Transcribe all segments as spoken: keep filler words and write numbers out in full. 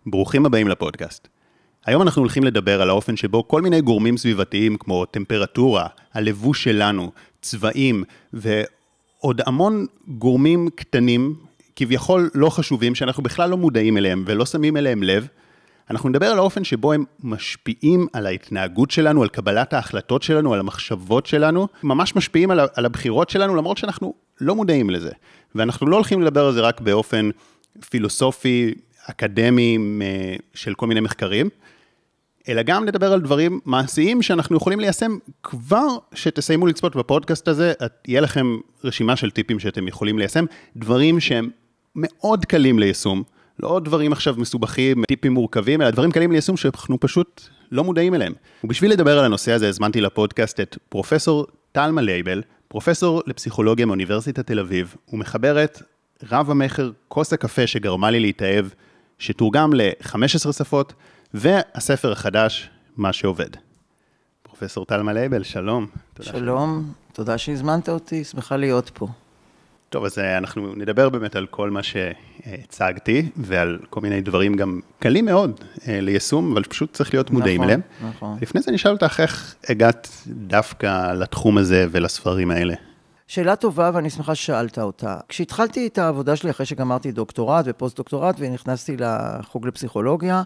ברוכים הבאים לפודקאסט. היום אנחנו הולכים לדבר על האופן שבו כל מיני גורמים סביבתיים כמו טמפרטורה, הלבוש שלנו, צבעים ועוד המון גורמים קטנים, כביכול לא חשובים, שאנחנו בכלל לא מודעים אליהם ולא שמים אליהם לב. אנחנו נדבר על האופן שבו הם משפיעים על ההתנהגות שלנו, על קבלת ההחלטות שלנו, על המחשבות שלנו, ממש משפיעים על, על הבחירות שלנו, למרות שאנחנו לא מודעים לזה. ואנחנו לא הולכים לדבר על זה רק באופן פילוסופי, אקדמי של כל מיני מחקרים, אלא גם לדבר על דברים מעשיים שאנחנו יכולים ליישם כבר שתסיימו לצפות בפודקאסט הזה, יהיה לכם רשימה של טיפים שאתם יכולים ליישם, דברים שהם מאוד קלים ליישום, לא עוד דברים עכשיו מסובכים, טיפים מורכבים, אלא דברים קלים ליישום שאנחנו פשוט לא מודעים אליהם. ובשביל לדבר על הנושא הזה, הזמנתי לפודקאסט את פרופסור תלמה לייבל, פרופסור לפסיכולוגיה מאוניברסיטת תל אביב, ומחברת רב המחר כוס הקפה שגרמה לי להתאהב, שתורגם ל-חמש עשרה שפות, והספר החדש, מה שעובד. פרופסור תלמה לייבל, שלום. שלום, תודה שהזמנת אותי, שמחה להיות פה. טוב, אז אנחנו נדבר באמת על כל מה שהצגתי, ועל כל מיני דברים גם קלים מאוד ליישום, אבל פשוט צריך להיות מודעים נכון, אליהם. נכון. לפני זה נשאל אותך איך הגעת דווקא לתחום הזה ולספרים האלה. שאלה טובה, ואני שמחה ששאלת אותה. כשהתחלתי את העבודה שלי, אחרי שגמרתי דוקטורט ופוסט-דוקטורט, ונכנסתי לחוג לפסיכולוגיה,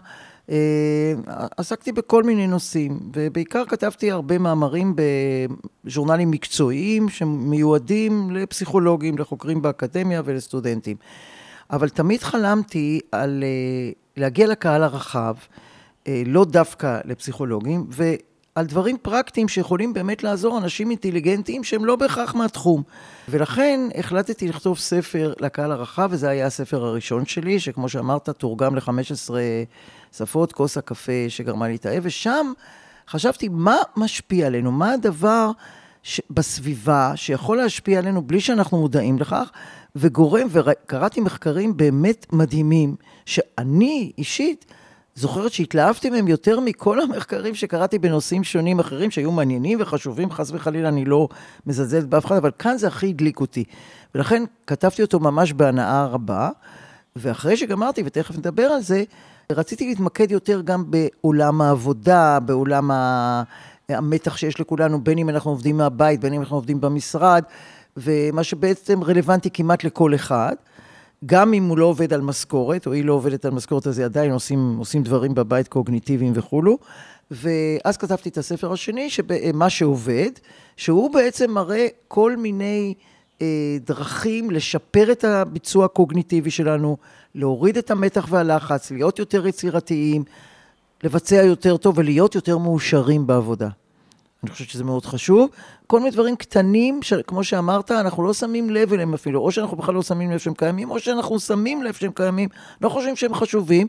עסקתי בכל מיני נושאים, ובעיקר כתבתי הרבה מאמרים בז'ורנלים מקצועיים, שמיועדים לפסיכולוגים, לחוקרים באקדמיה ולסטודנטים. אבל תמיד חלמתי על להגיע לקהל הרחב, לא דווקא לפסיכולוגים, ו... על דברים פרקטיים שיכולים באמת לעזור אנשים אינטליגנטיים שהם לא בהכרח מהתחום. ולכן החלטתי לכתוב ספר לקהל הרחב, וזה היה הספר הראשון שלי, שכמו שאמרת, תורגם ל-חמש עשרה שפות, כוס הקפה שגרמה לי להתאהב, ושם חשבתי מה משפיע עלינו, מה הדבר ש... בסביבה שיכול להשפיע עלינו בלי שאנחנו מודעים לכך, וגורם, וקראתי מחקרים באמת מדהימים, שאני אישית, זוכרת שהתלהבתי מהם יותר מכל המחקרים שקראתי בנושאים שונים אחרים, שהיו מעניינים וחשובים, חס וחלילה אני לא מזלזלת באף אחד, אבל כאן זה הכי הדליק אותי. ולכן כתבתי אותו ממש בהנאה רבה, ואחרי שגמרתי, ותכף נדבר על זה, רציתי להתמקד יותר גם בעולם העבודה, בעולם המתח שיש לכולנו, בין אם אנחנו עובדים מהבית, בין אם אנחנו עובדים במשרד, ומה שבעצם רלוונטי כמעט לכל אחד, גם אם הוא לא עובד על משכורת, או היא לא עובדת על משכורת, אז עדיין עושים, עושים דברים בבית קוגניטיביים וכולו. ואז כתבתי את הספר השני, מה שעובד, שהוא בעצם מראה כל מיני אה, דרכים לשפר את הביצוע הקוגניטיבי שלנו, להוריד את המתח והלחץ, להיות יותר יצירתיים, לבצע יותר טוב ולהיות יותר מאושרים בעבודה. אני חושבת שזה מאוד חשוב. כל מיני דברים קטנים, כמו שאמרת, אנחנו לא שמים לב אליהם אפילו, או שאנחנו בכלל לא שמים לב שהם קיימים, או שאנחנו שמים לב שהם קיימים, לא חושבים שהם חשובים,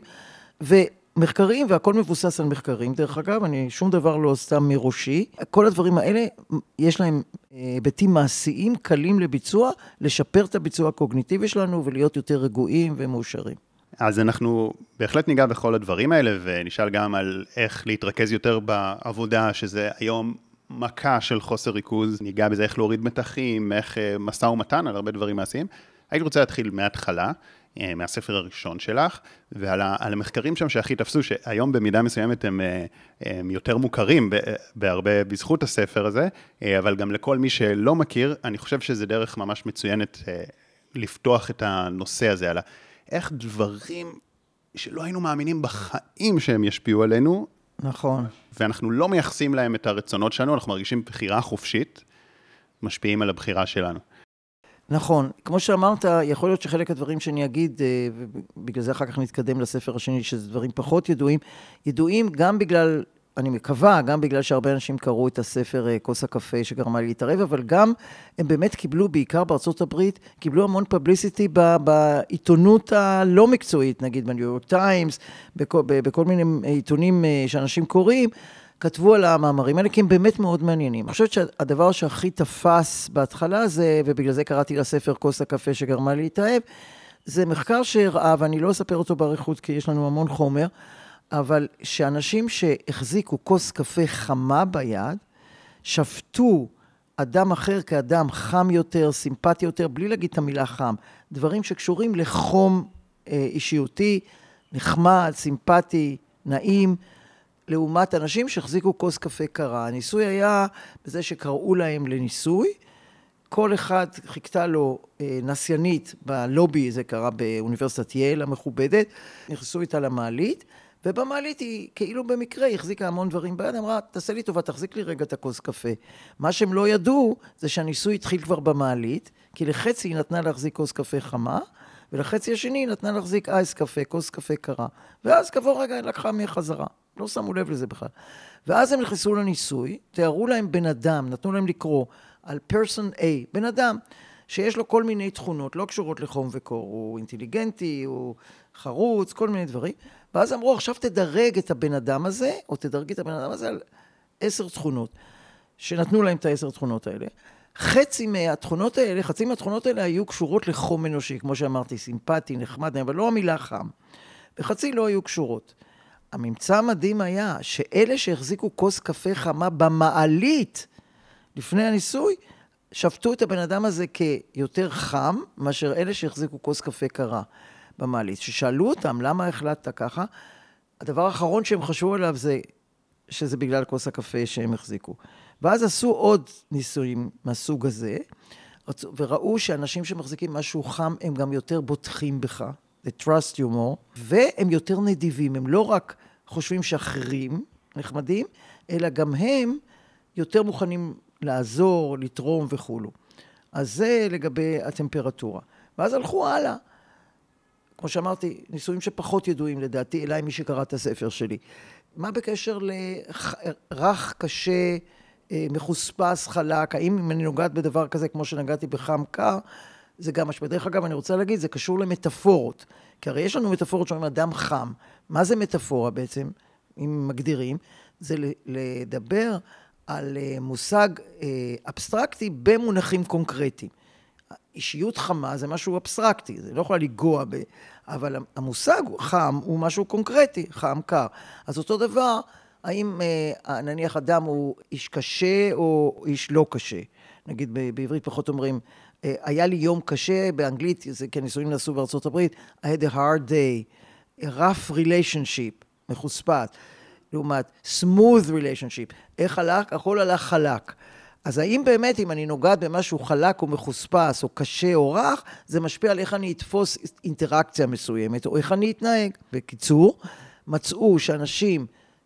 ומחקרים, והכל מבוסס על מחקרים, דרך אגב, אני שום דבר לא סתם מראשי, כל הדברים האלה, יש להם היבטים מעשיים, קלים לביצוע, לשפר את הביצוע הקוגניטיבי שלנו, ולהיות יותר רגועים ומאושרים. אז אנחנו בהחלט ניגע בכל הדברים האלה, ונשאל גם על איך להתרכז יותר בעבודה, שזה היום מכה של חוסר ריכוז, ניגע בזה איך להוריד מתחים, איך משא ומתן, על הרבה דברים מעשיים. הייתי רוצה להתחיל מההתחלה, מהספר הראשון שלך, ועל המחקרים שם שהכי תפסו, שהיום במידה מסוימת הם, הם יותר מוכרים בהרבה בזכות הספר הזה, אבל גם לכל מי שלא מכיר, אני חושב שזה דרך ממש מצוינת לפתוח את הנושא הזה, על איך דברים שלא היינו מאמינים בחיים שהם ישפיעו עלינו. נכון. ואנחנו לא מייחסים להם את הרצונות שלנו, אנחנו מרגישים בחירה חופשית, משפיעים על הבחירה שלנו. נכון. כמו שאמרת, יכול להיות שחלק הדברים שאני אגיד, ובגלל זה אחר כך נתקדם לספר השני, שזה דברים פחות ידועים, ידועים גם בגלל, אני מקווה, גם בגלל שהרבה אנשים קראו את הספר כוס הקפה שגרמה לי להתערב, אבל גם הם באמת קיבלו, בעיקר בארצות הברית, קיבלו המון פבליסיטי בעיתונות הלא מקצועית, נגיד בניו יורק טיימס, בכל, בכל מיני עיתונים שאנשים קוראים, כתבו על המאמרים האלה, כי הם באמת מאוד מעניינים. אני חושבת שהדבר שהכי תפס בהתחלה זה, ובגלל זה קראתי לספר כוס הקפה שגרמה לי להתערב, זה מחקר שהראה, ואני לא אספר אותו בעריכות, כי יש לנו המון חומר, אבל שאנשים שהחזיקו כוס קפה חמה ביד, שפטו אדם אחר כאדם חם יותר, סימפטי יותר, בלי להגיד את המילה חם, דברים שקשורים לחום אה, אישיותי, נחמד, סימפטי, נעים, לעומת אנשים שהחזיקו כוס קפה קרה. הניסוי היה בזה שקראו להם לניסוי, כל אחד חיכתה לו נסיינית בלובי, זה קרה באוניברסיטת יייל המכובדת, נכנסו איתה למעלית, ובמעלית היא כאילו במקרה החזיקה המון דברים ביד, אמרה, תעשה לי טובה, תחזיק לי רגע את הכוס קפה. מה שהם לא ידעו זה שהניסוי התחיל כבר במעלית, כי לחצי היא נתנה להחזיק כוס קפה חמה, ולחצי השני היא נתנה להחזיק אייס קפה, כוס קפה קרה. ואז כעבור רגע היא לקחה מחזרה, לא שמו לב לזה בכלל. ואז הם נכנסו לניסוי, תיארו להם בן אדם, נתנו להם לקרוא על person A, בן אדם שיש לו כל מיני תכונות, לא קשורות לחום וקור, הוא אינטליגנטי, הוא חרוץ, כל מיני דברים. ואז אמרו, עכשיו תדרג את הבן אדם הזה, או תדרגי את הבן אדם הזה על עשר תכונות, שנתנו להם את העשר תכונות האלה. חצי מהתכונות האלה, חצי מהתכונות האלה היו קשורות לחום אנושי, כמו שאמרתי, סימפטי, נחמד, אבל לא המילה חם. וחצי לא היו קשורות. הממצא המדהים היה שאלה שהחזיקו כוס קפה חמה במעלית לפני הניסוי, שפטו את הבן אדם הזה כיותר חם, מאשר אלה שהחזיקו כוס קפה קרה במעלית. ששאלו אותם למה החלטת ככה, הדבר האחרון שהם חשבו עליו זה שזה בגלל כוס הקפה שהם החזיקו. ואז עשו עוד ניסויים מהסוג הזה, וראו שאנשים שמחזיקים משהו חם, הם גם יותר בוטחים בך, they trust you more, והם יותר נדיבים, הם לא רק חושבים שאחרים נחמדים, אלא גם הם יותר מוכנים לעזור, לתרום וכו'. אז זה לגבי הטמפרטורה. ואז הלכו הלאה. כמו שאמרתי, ניסויים שפחות ידועים לדעתי, אליי מי שקרא את הספר שלי. מה בקשר לרך קשה, מחוספס, חלק, האם אם אני נוגעת בדבר כזה כמו שנגעתי בחם קר, זה גם משמע. דרך אגב, אני רוצה להגיד, זה קשור למטאפורות. כי הרי יש לנו מטאפורות שאומרים אדם חם. מה זה מטאפורה בעצם, אם מגדירים? זה לדבר על מושג אבסטרקטי במונחים קונקרטיים. אישיות חמה זה משהו אבסטרקטי, זה לא יכול לגוע ב... אבל המושג חם הוא משהו קונקרטי, חם קר. אז אותו דבר, האם נניח אדם הוא איש קשה או איש לא קשה? נגיד בעברית פחות אומרים, היה לי יום קשה, באנגלית, זה כי הניסויים נעשו בארצות הברית, I had a hard day, a rough relationship, מחוספת, לעומת smooth relationship, איך חלק? הכל הלך חלק. אז האם באמת, אם אני נוגעת במשהו חלק או מחוספס, או קשה או רך, זה משפיע על איך אני אתפוס אינטראקציה מסוימת, או איך אני אתנהג. בקיצור, מצאו שאנשים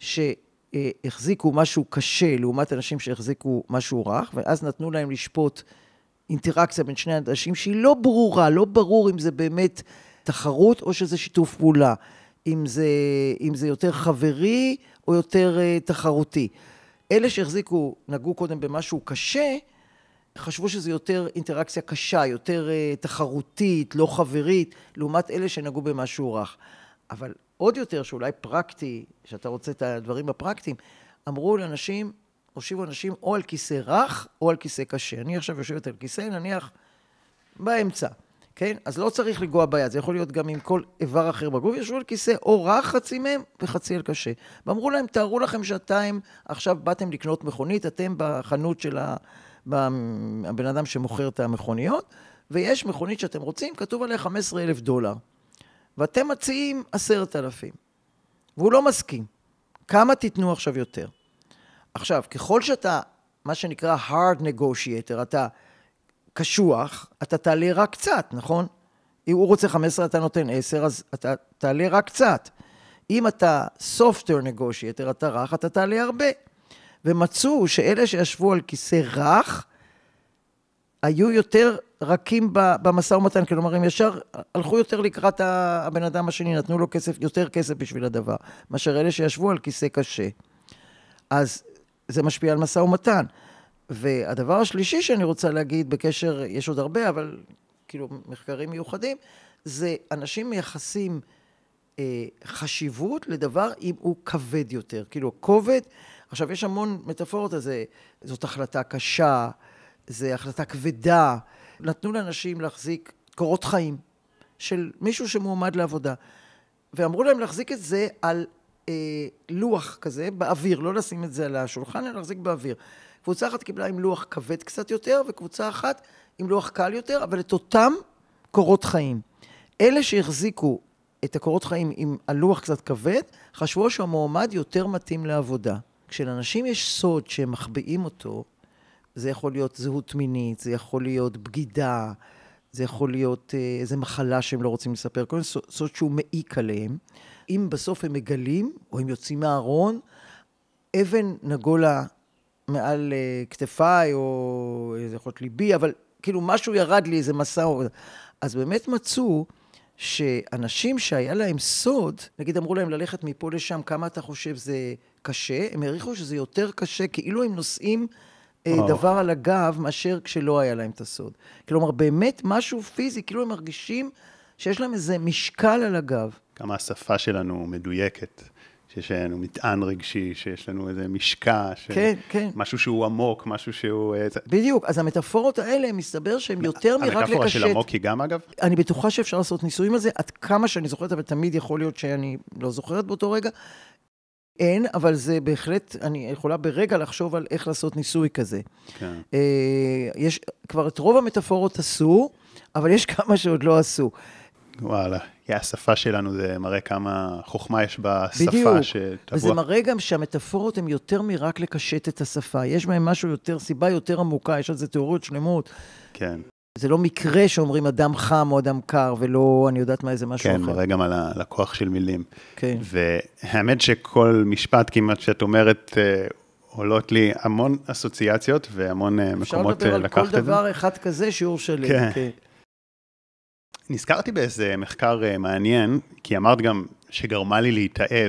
שהחזיקו משהו קשה, לעומת אנשים שהחזיקו משהו רך, ואז נתנו להם לשפוט אינטראקציה בין שני אנשים, שהיא לא ברורה, לא ברור אם זה באמת תחרות, או שזה שיתוף פעולה, אם זה, אם זה יותר חברי, או יותר uh, תחרותי. אלה שהחזיקו, נגעו קודם במשהו קשה, חשבו שזה יותר אינטראקציה קשה, יותר uh, תחרותית, לא חברית, לעומת אלה שנגעו במשהו רך. אבל עוד יותר, שאולי פרקטי, שאתה רוצה את הדברים הפרקטיים, אמרו לאנשים, הושיבו אנשים או על כיסא רך, או על כיסא קשה. אני עכשיו יושבת על כיסא, נניח, באמצע. כן? אז לא צריך לגוע ביד, זה יכול להיות גם עם כל איבר אחר בגוף, ישבו על כיסא או רך חצי מהם וחצי על קשה. ואמרו להם, תארו לכם שאתם עכשיו באתם לקנות מכונית, אתם בחנות של הבן אדם שמוכר את המכוניות, ויש מכונית שאתם רוצים, כתוב עליה חמישה עשר אלף דולר. ואתם מציעים עשרת אלפים. והוא לא מסכים. כמה תיתנו עכשיו יותר? עכשיו, ככל שאתה, מה שנקרא hard negotiator, אתה קשוח, אתה תעלה רק קצת, נכון? אם הוא רוצה חמש עשרה, אתה נותן עשר, אז אתה תעלה רק קצת. אם אתה softer negotiator, אתה רך, אתה תעלה הרבה. ומצאו שאלה שישבו על כיסא רך, היו יותר רכים במשא ומתן, כלומר, הם ישר הלכו יותר לקראת הבן אדם השני, נתנו לו כסף, יותר כסף בשביל הדבר, מאשר אלה שישבו על כיסא קשה. אז זה משפיע על משא ומתן. והדבר השלישי שאני רוצה להגיד בקשר, יש עוד הרבה, אבל כאילו מחקרים מיוחדים, זה אנשים מייחסים אה, חשיבות לדבר אם הוא כבד יותר. כאילו, כובד, עכשיו יש המון מטאפורות, הזה, זאת החלטה קשה, זה החלטה כבדה. נתנו לאנשים להחזיק קורות חיים של מישהו שמועמד לעבודה, ואמרו להם להחזיק את זה על אה, לוח כזה, באוויר, לא לשים את זה על השולחן, אלא להחזיק באוויר. קבוצה אחת קיבלה עם לוח כבד קצת יותר, וקבוצה אחת עם לוח קל יותר, אבל את אותם קורות חיים. אלה שהחזיקו את הקורות חיים עם הלוח קצת כבד, חשבו שהמועמד יותר מתאים לעבודה. כשלאנשים יש סוד שהם מחביאים אותו, זה יכול להיות זהות מינית, זה יכול להיות בגידה, זה יכול להיות איזו מחלה שהם לא רוצים לספר, כל סוד שהוא מעיק עליהם. אם בסוף הם מגלים, או הם יוצאים מהארון, אבן נגולה מעל כתפיי, או איזה יכול להיות ליבי, אבל כאילו משהו ירד לי, איזה מסע. אז באמת מצאו שאנשים שהיה להם סוד, נגיד אמרו להם ללכת מפה לשם, כמה אתה חושב זה קשה, הם העריכו שזה יותר קשה, כאילו הם נושאים oh. דבר על הגב, מאשר כשלא היה להם את הסוד. כלומר, באמת משהו פיזי, כאילו הם מרגישים שיש להם איזה משקל על הגב. כמה השפה שלנו מדויקת, שיש לנו מטען רגשי, שיש לנו איזה משקע, ש... כן, כן. משהו שהוא עמוק, משהו שהוא... בדיוק, אז המטאפורות האלה, מסתבר שהן יותר מרק לקשת. המטאפורה של עמוק היא גם, אגב? אני בטוחה שאפשר לעשות ניסויים על זה, עד כמה שאני זוכרת, אבל תמיד יכול להיות שאני לא זוכרת באותו רגע. אין, אבל זה בהחלט, אני יכולה ברגע לחשוב על איך לעשות ניסוי כזה. כן. יש, כבר את רוב המטאפורות עשו, אבל יש כמה שעוד לא עשו. וואלה, היא השפה שלנו, זה מראה כמה חוכמה יש בשפה. בדיוק, שתבוע. וזה מראה גם שהמטאפורות הן יותר מרק לקשט את השפה. יש בהם משהו יותר, סיבה יותר עמוקה, יש על זה תיאוריות שלמות. כן. זה לא מקרה שאומרים אדם חם או אדם קר, ולא, אני יודעת מה, איזה משהו כן, אחר. כן, מראה גם על הלקוח של מילים. כן. והאמת שכל משפט כמעט שאת אומרת, עולות לי המון אסוציאציות, והמון מקומות לקחת את זה. אפשר לדבר על כל דבר אחד כזה, שיעור שלי. כן. כן. נזכרתי באיזה מחקר מעניין, כי אמרת גם שגרמה לי להתאהב,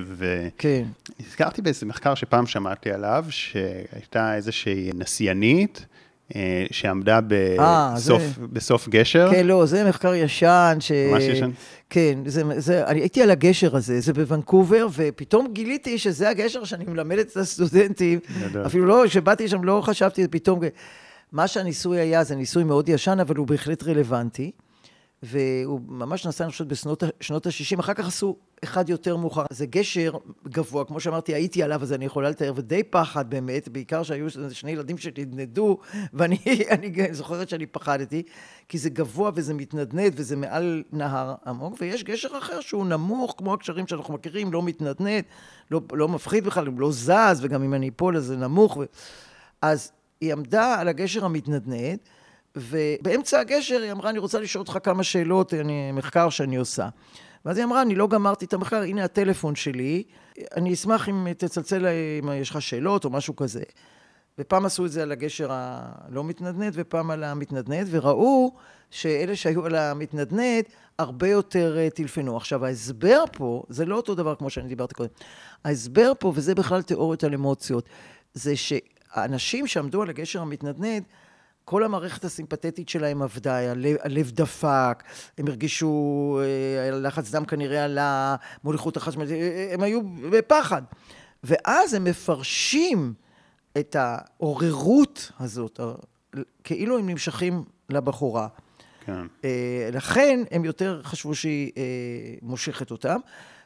ונזכרתי באיזה מחקר שפעם שמעתי עליו, שהייתה איזושהי נסיינית, שעמדה בסוף, בסוף גשר. כן, לא, זה מחקר ישן. ש... ממש ישן? כן, זה, זה, אני הייתי על הגשר הזה, זה בוונקובר, ופתאום גיליתי שזה הגשר שאני מלמדת את הסטודנטים, אפילו לא, כשבאתי שם לא חשבתי, פתאום, מה שהניסוי היה, זה ניסוי מאוד ישן, אבל הוא בהחלט רלוונטי, והוא ממש נסע, אני חושבת, בשנות ה-שישים, אחר כך עשו אחד יותר מאוחר. זה גשר גבוה, כמו שאמרתי, הייתי עליו, אז אני יכולה לתאר, ודי פחד באמת, בעיקר שהיו שני ילדים שנדנדו, ואני אני זוכרת שאני פחדתי, כי זה גבוה וזה מתנדנד, וזה מעל נהר עמוק, ויש גשר אחר שהוא נמוך, כמו הקשרים שאנחנו מכירים, לא מתנדנד, לא, לא מפחיד בכלל, לא זז, וגם אם אני אפול, אז זה נמוך. ו... אז היא עמדה על הגשר המתנדנד, ובאמצע הגשר היא אמרה, אני רוצה לשאול אותך כמה שאלות, אני, מחקר שאני עושה. ואז היא אמרה, אני לא גמרתי את המחקר, הנה הטלפון שלי, אני אשמח אם תצלצל, אם יש לך שאלות או משהו כזה. ופעם עשו את זה על הגשר הלא מתנדנד, ופעם על המתנדנד, וראו שאלה שהיו על המתנדנד, הרבה יותר טלפנו. עכשיו, ההסבר פה, זה לא אותו דבר כמו שאני דיברתי קודם, ההסבר פה, וזה בכלל תיאוריות על אמוציות, זה שהאנשים שעמדו על הגשר המתנדנד, כל המערכת הסימפתטית שלהם עבדה, הלב, הלב דפק, הם הרגישו, לחץ דם כנראה עלה, מוליכות החשמל, הם היו בפחד. ואז הם מפרשים את העוררות הזאת, כאילו הם נמשכים לבחורה. כן. לכן הם יותר חשבו שהיא מושכת אותם,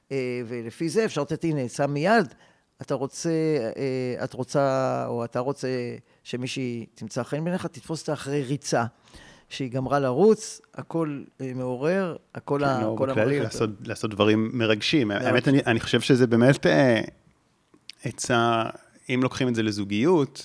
ולפי זה אפשר לתת, הנה, שם מיד, אתה רוצה, את רוצה, או אתה רוצה שמישהי תמצא חן בעיניך, תתפוס אותה אחרי ריצה, שהיא גמרה לרוץ, הכל מעורר, הכל המראה. לעשות דברים מרגשים. האמת, אני חושב שזה באמת עצה, אם לוקחים את זה לזוגיות,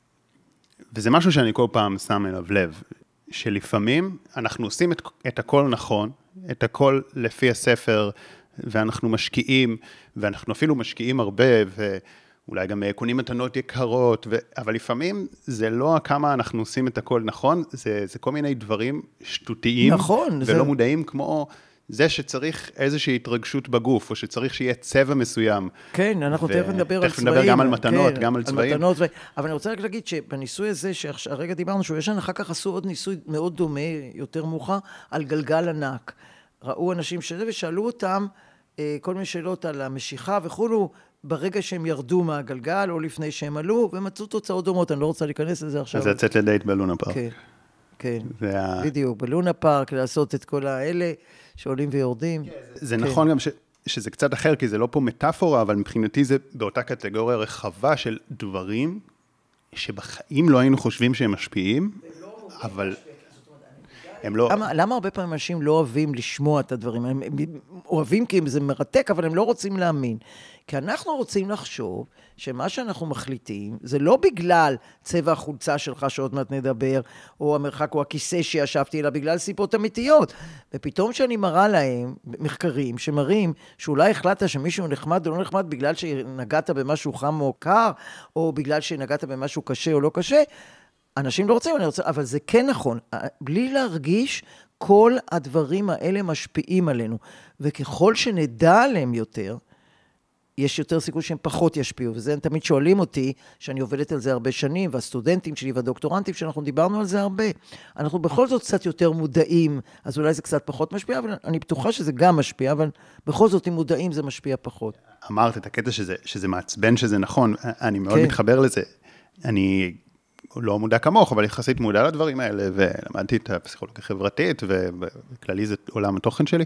וזה משהו שאני כל פעם שם אליו לב, שלפעמים אנחנו עושים את הכל נכון, את הכל לפי הספר, ואנחנו משקיעים, ואנחנו אפילו משקיעים הרבה, ואולי גם קונים מתנות יקרות, ו... אבל לפעמים זה לא כמה אנחנו עושים את הכל נכון, זה, זה כל מיני דברים שטותיים, נכון, ולא זה... מודעים, כמו זה שצריך איזושהי התרגשות בגוף, או שצריך שיהיה צבע מסוים. כן, אנחנו ו... תכף נדבר על צבעים. תכף נדבר גם על מתנות, כן, גם על צבעים. על מתנות, ו... אבל אני רוצה רק להגיד שבניסוי הזה, שהרגע דיברנו, שהוא ישן, אחר כך עשו עוד ניסוי מאוד דומה, יותר מאוחר, על גלגל ענק. ראו אנשים שזה ושאלו אותם כל מיני שאלות על המשיכה וכולו, ברגע שהם ירדו מהגלגל או לפני שהם עלו, ומצאו תוצאות דומות, אני לא רוצה להיכנס לזה עכשיו. אז זה לצאת לדייט בלונה פארק. כן, כן, בדיוק, בלונה פארק, לעשות את כל האלה שעולים ויורדים. זה נכון גם שזה קצת אחר, כי זה לא פה מטאפורה, אבל מבחינתי זה באותה קטגוריה רחבה של דברים, שבחיים לא היינו חושבים שהם משפיעים, אבל... הם לא... למה, למה הרבה פעמים אנשים לא אוהבים לשמוע את הדברים? הם, הם אוהבים כי זה מרתק, אבל הם לא רוצים להאמין. כי אנחנו רוצים לחשוב שמה שאנחנו מחליטים, זה לא בגלל צבע החולצה שלך שעוד מעט נדבר, או המרחק או הכיסא שישבתי, אלא בגלל סיבות אמיתיות. ופתאום שאני מראה להם מחקרים שמראים שאולי החלטת שמישהו נחמד או לא נחמד בגלל שנגעת במשהו חם או קר, או בגלל שנגעת במשהו קשה או לא קשה, אנשים לא רוצים, אני רוצה, אבל זה כן נכון. בלי להרגיש, כל הדברים האלה משפיעים עלינו. וככל שנדע עליהם יותר, יש יותר סיכוי שהם פחות ישפיעו. וזה הם תמיד שואלים אותי, שאני עובדת על זה הרבה שנים, והסטודנטים שלי והדוקטורנטים, שאנחנו דיברנו על זה הרבה. אנחנו בכל זאת קצת יותר מודעים, אז אולי זה קצת פחות משפיע, אבל אני בטוחה שזה גם משפיע, אבל בכל זאת, אם מודעים, זה משפיע פחות. אמרת את הקטע שזה, שזה מעצבן, שזה נכון. אני מאוד כן. מתחבר לזה. אני... לא מודע כמוך, אבל יחסית מודע לדברים האלה, ולמדתי את הפסיכולוגיה החברתית, וכללי זה עולם התוכן שלי,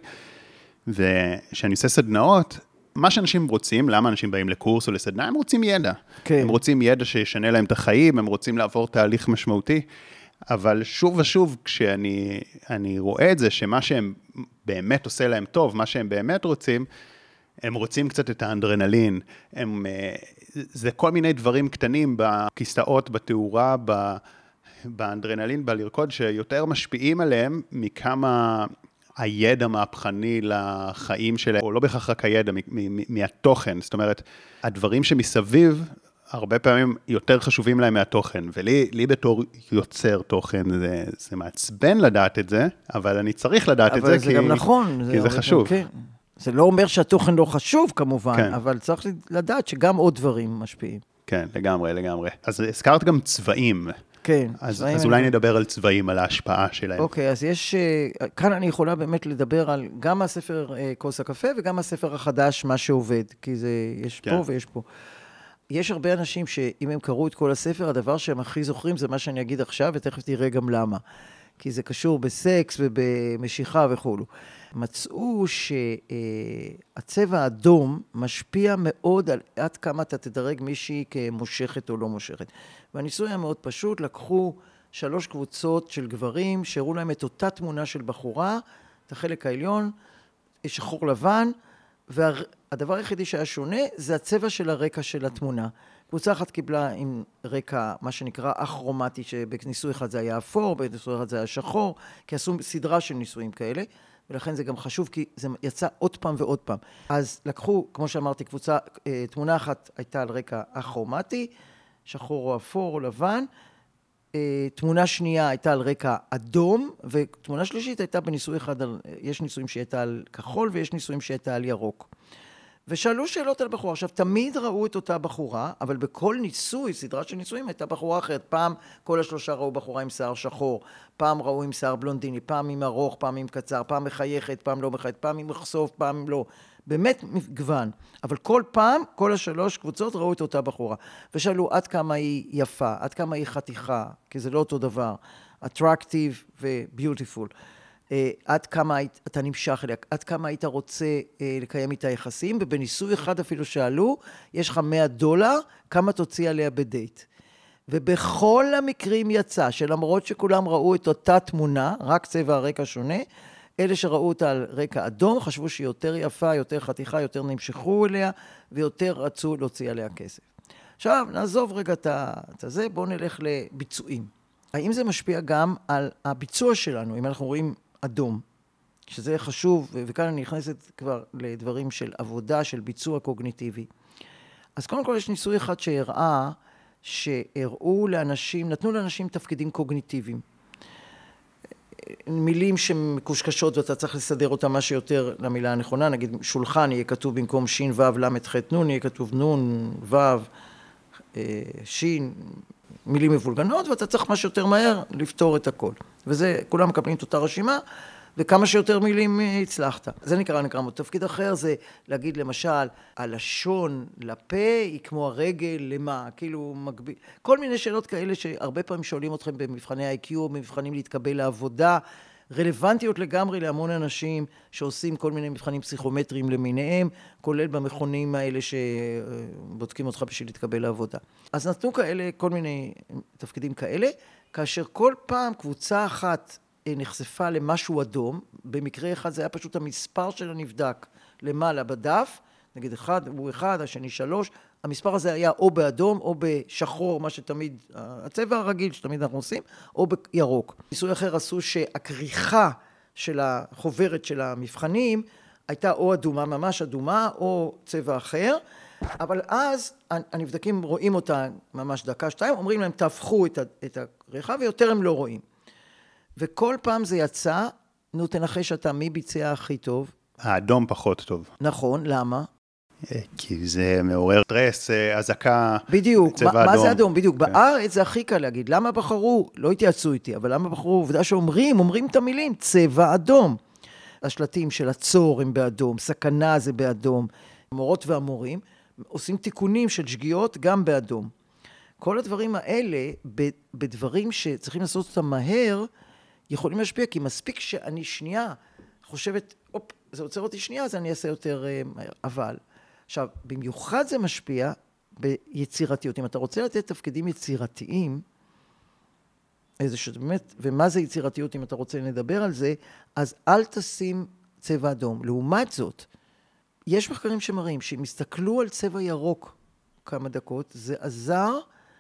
ושאני עושה סדנאות, מה שאנשים רוצים, למה אנשים באים לקורס או לסדנה, הם רוצים ידע. כן. הם רוצים ידע שישנה להם את החיים, הם רוצים לעבור תהליך משמעותי, אבל שוב ושוב, כשאני אני רואה את זה, שמה שהם באמת עושה להם טוב, מה שהם באמת רוצים, הם רוצים קצת את האנדרנלין, הם, זה כל מיני דברים קטנים בכיסאות, בתאורה, באנדרנלין, בלרקוד, שיותר משפיעים עליהם מכמה הידע מהפכני לחיים שלהם, או לא בהכרח רק הידע, מהתוכן. זאת אומרת, הדברים שמסביב, הרבה פעמים יותר חשובים להם מהתוכן, ולי לי בתור יוצר תוכן, זה, זה מעצבן לדעת את זה, אבל אני צריך לדעת את זה, זה כי, גם נכון, כי זה, זה חשוב. כן. זה לא אומר שהתוכן לא חשוב כמובן, כן. אבל צריך לדעת שגם עוד דברים משפיעים. כן, לגמרי, לגמרי. אז הזכרת גם צבעים. כן. אז, צבעים אז אולי אני... נדבר על צבעים, על ההשפעה שלהם. אוקיי, אז יש, כאן אני יכולה באמת לדבר על גם מהספר כוס הקפה, וגם מהספר החדש, מה שעובד, כי זה, יש כן. פה ויש פה. יש הרבה אנשים שאם הם קראו את כל הספר, הדבר שהם הכי זוכרים זה מה שאני אגיד עכשיו, ותכף תראה גם למה. כי זה קשור בסקס ובמשיכה וכולו. מצאו שהצבע האדום משפיע מאוד על עד כמה אתה תדרג מישהי כמושכת או לא מושכת. והניסוי היה מאוד פשוט, לקחו שלוש קבוצות של גברים, שהראו להם את אותה תמונה של בחורה, את החלק העליון, שחור לבן, והדבר היחידי שהיה שונה זה הצבע של הרקע של התמונה. קבוצה אחת קיבלה עם רקע, מה שנקרא אכרומטי, שבניסוי אחד זה היה אפור, בניסוי אחד זה היה שחור, כי עשו סדרה של ניסויים כאלה, ולכן זה גם חשוב, כי זה יצא עוד פעם ועוד פעם. אז לקחו, כמו שאמרתי, קבוצה, תמונה אחת הייתה על רקע אכרומטי, שחור או אפור או לבן, תמונה שנייה הייתה על רקע אדום, ותמונה שלישית הייתה בניסוי אחד, על, יש ניסויים שהייתה על כחול, ויש ניסויים שהייתה על ירוק. ושאלו שאלות על בחורה. עכשיו, תמיד ראו את אותה בחורה, אבל בכל ניסוי, סדרה של ניסויים, הייתה בחורה אחרת. פעם כל השלושה ראו בחורה עם שיער שחור, פעם ראו עם שיער בלונדיני, פעם עם ארוך, פעם עם קצר, פעם מחייכת, פעם לא מחייכת, פעם עם מחשוף, פעם לא. באמת מגוון. אבל כל פעם, כל השלוש קבוצות ראו את אותה בחורה. ושאלו עד כמה היא יפה, עד כמה היא חתיכה, כי זה לא אותו דבר. attractive ו-beautiful. עד כמה אתה נמשך אליה, עד כמה היית רוצה לקיים איתה יחסים, ובניסוי אחד אפילו שאלו, יש לך מאה דולר, כמה תוציא עליה בדייט. ובכל המקרים יצא, שלמרות שכולם ראו את אותה תמונה, רק צבע הרקע שונה, אלה שראו אותה על רקע אדום, חשבו שהיא יותר יפה, יותר חתיכה, יותר נמשכו אליה, ויותר רצו להוציא עליה כסף. עכשיו, נעזוב רגע את זה, בואו נלך לביצועים. האם זה משפיע גם על הביצוע שלנו, אם אנחנו רואים אדום, שזה חשוב, וכאן אני נכנסת כבר לדברים של עבודה, של ביצוע קוגניטיבי. אז קודם כל יש ניסוי אחד שהראה, שהראו לאנשים, נתנו לאנשים תפקידים קוגניטיביים. מילים שמקושקשות ואתה צריך לסדר אותם מה שיותר למילה הנכונה, נגיד שולחן יהיה כתוב במקום שין וו למד חט נון, יהיה כתוב נון וו שין, מילים מבולגנות, ואתה צריך מה שיותר מהר לפתור את הכל. וזה, כולם מקבלים את אותה רשימה, וכמה שיותר מילים הצלחת. זה נקרא, נקרא, תפקיד אחר זה להגיד למשל, הלשון לפה היא כמו הרגל למה, כאילו מגביל. כל מיני שאלות כאלה שהרבה פעמים שואלים אתכם במבחני ה-איי קיו, במבחנים להתקבל לעבודה, רלוונטיות לגמרי להמון אנשים שעושים כל מיני מבחנים פסיכומטריים למיניהם, כולל במכונים האלה שבודקים אותך בשביל להתקבל לעבודה. אז נתנו כאלה, כל מיני תפקידים כאלה, כאשר כל פעם קבוצה אחת נחשפה למשהו אדום, במקרה אחד זה היה פשוט המספר של הנבדק למעלה בדף, נגיד אחד הוא אחד, השני שלוש, המספר הזה היה או באדום או בשחור, מה שתמיד, הצבע הרגיל שתמיד אנחנו עושים, או בירוק. ניסוי אחר עשו שהכריכה של החוברת של המבחנים הייתה או אדומה, ממש אדומה, או צבע אחר, אבל אז הנבדקים רואים אותה ממש דקה, שתיים, אומרים להם תהפכו את הכריכה ויותר הם לא רואים. וכל פעם זה יצא, נו תנחש אתה מי ביצע הכי טוב? האדום פחות טוב. נכון, למה? כי זה מעורר סטרס, אזעקה, בדיוק, צבע מה, אדום. מה זה אדום? בדיוק, כן. בארץ זה הכי קל להגיד, למה בחרו, לא התייעצו איתי, אבל למה בחרו, עובדה שאומרים, אומרים את המילים, צבע אדום. השלטים של הצור הם באדום, סכנה זה באדום, המורות והמורים עושים תיקונים של שגיאות גם באדום. כל הדברים האלה, בדברים שצריכים לעשות אותם מהר, יכולים להשפיע, כי מספיק שאני שנייה חושבת, אופ, זה עוצר אותי שנייה, אז אני אעשה יותר מהר. אבל, עכשיו, במיוחד זה משפיע ביצירתיות. אם אתה רוצה לתת תפקידים יצירתיים, איזה שבאמת, ומה זה יצירתיות אם אתה רוצה לדבר על זה, אז אל תשים צבע אדום. לעומת זאת, יש מחקרים שמראים שאם הסתכלו על צבע ירוק כמה דקות, זה עזר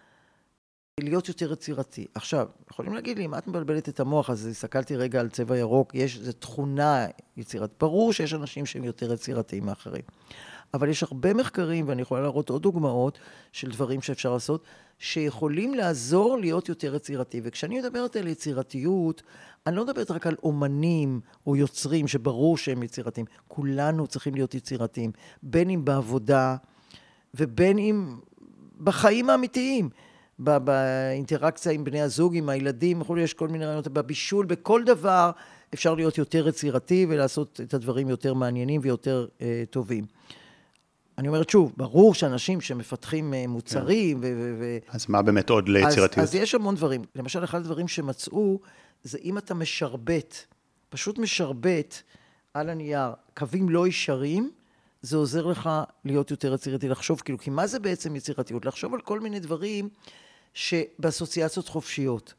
להיות יותר יצירתי. עכשיו, יכולים להגיד לי, אם את מבלבלת את המוח, אז הסתכלתי רגע על צבע ירוק, יש איזו תכונה יצירתית. ברור שיש אנשים שהם יותר יצירתיים מאחרים. אבל יש הרבה מחקרים, ואני יכולה להראות עוד דוגמאות של דברים שאפשר לעשות, שיכולים לעזור להיות יותר יצירתי. וכשאני מדברת על יצירתיות, אני לא מדברת רק על אומנים או יוצרים שברור שהם יצירתיים. כולנו צריכים להיות יצירתיים, בין אם בעבודה ובין אם בחיים האמיתיים. באינטראקציה עם בני הזוג, עם הילדים, יכול להיות, יש כל מיני רעיונות, בבישול, בכל דבר אפשר להיות יותר יצירתי ולעשות את הדברים יותר מעניינים ויותר אה, טובים. אני אומרת שוב, ברור שאנשים שמפתחים מוצרים ו... ו- אז מה באמת עוד ליצירתיות? אז, אז יש המון דברים. למשל, אחד הדברים שמצאו, זה אם אתה משרבט, פשוט משרבט על הנייר, קווים לא ישרים, זה עוזר לך להיות יותר יצירתי, לחשוב, כאילו, כי מה זה בעצם יצירתיות? לחשוב על כל מיני דברים שבאסוציאציות חופשיות.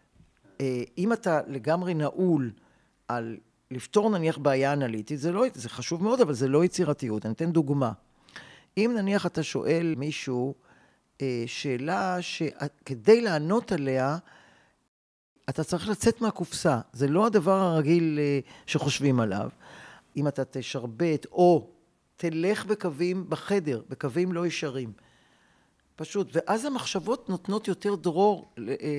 אם אתה לגמרי נעול על לפתור נניח בעיה אנליטית, זה, לא, זה חשוב מאוד, אבל זה לא יצירתיות. אני אתן דוגמה. אם נניח אתה שואל מישהו שאלה שכדי לענות עליה, אתה צריך לצאת מהקופסה. זה לא הדבר הרגיל שחושבים עליו. אם אתה תשרבט או תלך בקווים בחדר, בקווים לא ישרים. פשוט. ואז המחשבות נותנות יותר דרור,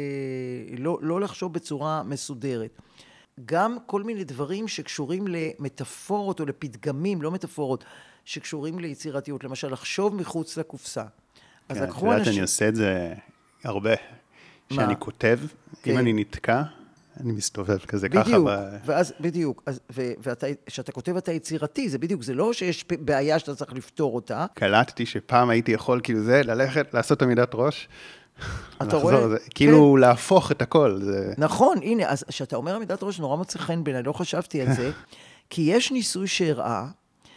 לא, לא לחשוב בצורה מסודרת. גם כל מיני דברים שקשורים למטאפורות או לפתגמים, לא מטאפורות, שקשורים ליצירתיות. למשל, לחשוב מחוץ לקופסה. כן, את יודעת, אני עושה את זה הרבה. כשאני כותב, אם אני נתקע, אני מסתובב כזה ככה. בדיוק, ואז, בדיוק. וכשאתה כותב אתה יצירתי, זה בדיוק, זה לא שיש בעיה שאתה צריך לפתור אותה. קלטתי שפעם הייתי יכול, כאילו זה, ללכת, לעשות עמידת ראש, אתה רואה? כאילו להפוך את הכל. נכון, הנה, אז כשאתה אומר עמידת ראש, נורא מוצא חן בעיניי, לא חשבתי על זה, כי יש ניסוי שהראה,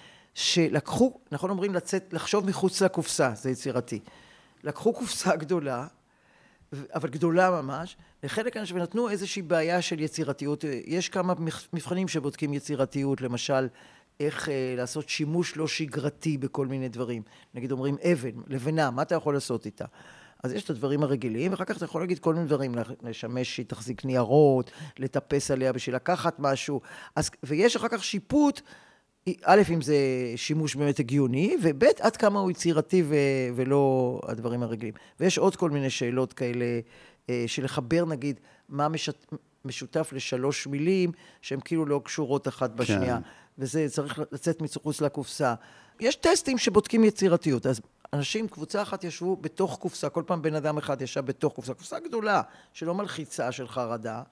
שלקחו, נכון אומרים לצאת, לחשוב מחוץ לקופסה, זה יצירתי. לקחו קופסה גדולה, אבל גדולה ממש, לחלק אנשים ונתנו איזושהי בעיה של יצירתיות. יש כמה מבחנים שבודקים יצירתיות, למשל, איך אה, לעשות שימוש לא שגרתי בכל מיני דברים. נגיד אומרים אבן, לבנה, מה אתה יכול לעשות איתה? אז יש את הדברים הרגילים, ואחר כך אתה יכול להגיד כל מיני דברים, לשמש שהיא תחזיק ניירות, לטפס עליה בשביל לקחת משהו, אז, ויש אחר כך שיפוט, א', אם זה שימוש באמת הגיוני, וב', עד כמה הוא יצירתי ו- ולא הדברים הרגילים. ויש עוד כל מיני שאלות כאלה, של לחבר נגיד, מה משת... משותף לשלוש מילים, שהן כאילו לא קשורות אחת בשנייה, כן. וזה צריך לצאת מחוץ לקופסה. יש טסטים שבודקים יצירתיות, אז אנשים, קבוצה אחת ישבו בתוך קופסה, כל פעם בן אדם אחד ישב בתוך קופסה, קופסה גדולה, שלא מלחיצה של חרדה,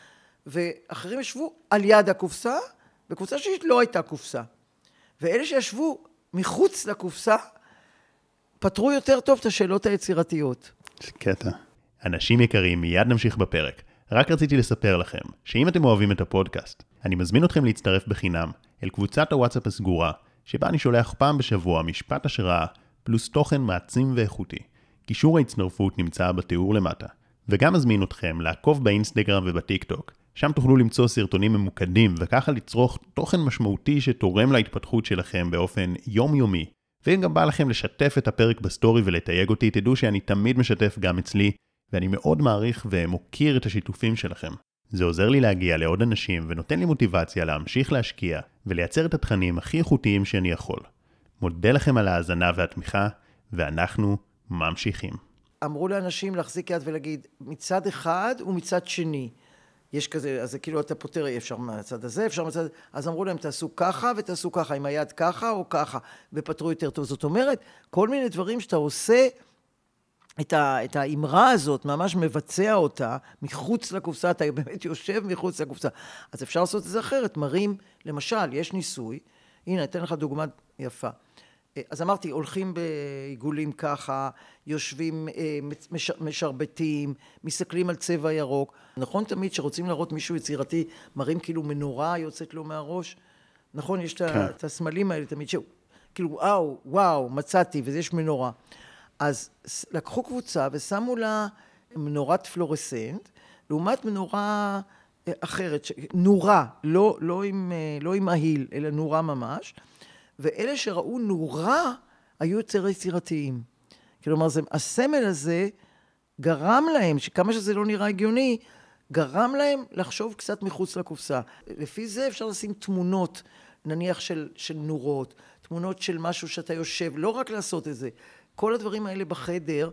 ואחרים ישבו על יד הקופסה, בקבוצה שלישית לא הייתה קופסה. ואלה שישבו מחוץ לקופסה, פתרו יותר טוב את השאלות היצירתיות. קטע. אנשים יקרים, מיד נמשיך בפרק. רק רציתי לספר לכם, שאם אתם אוהבים את הפודקאסט, אני מזמין אתכם להצטרף בחינם אל קבוצת הוואטסאפ הסגורה, שבה אני שולח פעם בשבוע משפט השראה, פלוס תוכן מעצים ואיכותי. קישור ההצטרפות נמצא בתיאור למטה. וגם מזמין אתכם לעקוב באינסטגרם ובטיקטוק, שם תוכלו למצוא סרטונים ממוקדים, וככה לצרוך תוכן משמעותי שתורם להתפתחות שלכם באופן יומיומי. ואם גם בא לכם לשתף את הפרק בסטורי ולתייג אותי, תדעו שאני תמיד משתף גם אצלי, ואני מאוד מעריך ומוקיר את השיתופים שלכם. זה עוזר לי להגיע לעוד אנשים ונותן לי מוטיבציה להמשיך להשקיע ולייצר את התכנים הכי איכותיים שאני יכול. מודה לכם על ההאזנה והתמיכה, ואנחנו ממשיכים. אמרו לאנשים להחזיק יד ולהגיד, מצד אחד ומצד שני. יש כזה, אז זה כאילו אתה פותר, אפשר מהצד הזה, אפשר מהצד, אז אמרו להם, תעשו ככה ותעשו ככה, עם היד ככה או ככה, ופתרו יותר טוב. זאת אומרת, כל מיני דברים שאתה עושה, את, ה, את האמרה הזאת, ממש מבצע אותה, מחוץ לקופסה, אתה באמת יושב מחוץ לקופסה. אז אפשר לעשות את זה אחרת, מראים, למשל, יש ניסוי, הנה, אתן לך דוגמה יפה. אז אמרתי, הולכים בעיגולים ככה, יושבים, משרבטים, מסתכלים על צבע ירוק. נכון תמיד שרוצים להראות מישהו יצירתי, מראים כאילו מנורה יוצאת לו מהראש? נכון, יש כן. את הסמלים האלה תמיד, כאילו, וואו, וואו, מצאתי, ויש מנורה. אז לקחו קבוצה ושמו לה מנורת פלורסנט, לעומת מנורה אחרת, נורה, לא, לא, עם, לא עם ההיל, אלא נורה ממש. ואלה שראו נורה היו יותר יצירתיים. כלומר, זה, הסמל הזה גרם להם, שכמה שזה לא נראה הגיוני, גרם להם לחשוב קצת מחוץ לקופסה. לפי זה אפשר לשים תמונות, נניח של, של נורות, תמונות של משהו שאתה יושב, לא רק לעשות את זה. כל הדברים האלה בחדר,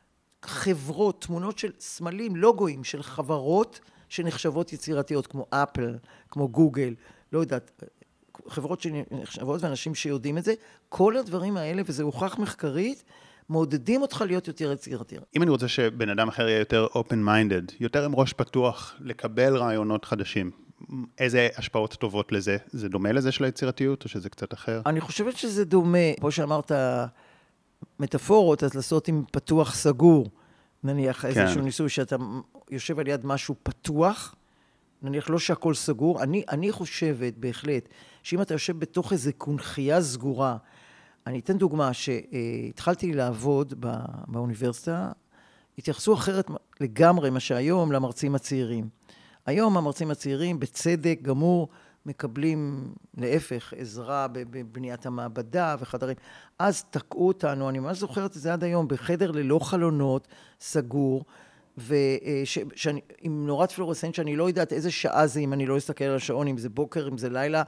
חברות, תמונות של סמלים, לוגויים של חברות שנחשבות יצירתיות, כמו אפל, כמו גוגל, לא יודעת, חברות שנחשבות ואנשים שיודעים את זה, כל הדברים האלה, וזה הוכח מחקרית, מעודדים אותך להיות יותר יצירתי. אם אני רוצה שבן אדם אחר יהיה יותר open-minded, יותר עם ראש פתוח, לקבל רעיונות חדשים, איזה השפעות טובות לזה? זה דומה לזה של היצירתיות, או שזה קצת אחר? אני חושבת שזה דומה. כמו שאמרת, מטאפורות, אז לעשות עם פתוח סגור, נניח כן. איזשהו ניסוי שאתה יושב על יד משהו פתוח, נניח לא שהכל סגור, אני, אני חושבת בהחלט, שאם אתה יושב בתוך איזו קונחייה סגורה, אני אתן דוגמה שהתחלתי לעבוד בא, באוניברסיטה, התייחסו אחרת לגמרי מה שהיום למרצים הצעירים. היום המרצים הצעירים בצדק גמור מקבלים להפך עזרה בבניית המעבדה וחדרים. אז תקעו אותנו, אני ממש זוכרת את זה עד היום, בחדר ללא חלונות, סגור, ועם נורת פלורסנט שאני לא יודעת איזה שעה זה, אם אני לא אסתכל על השעון, אם זה בוקר, אם זה לילה,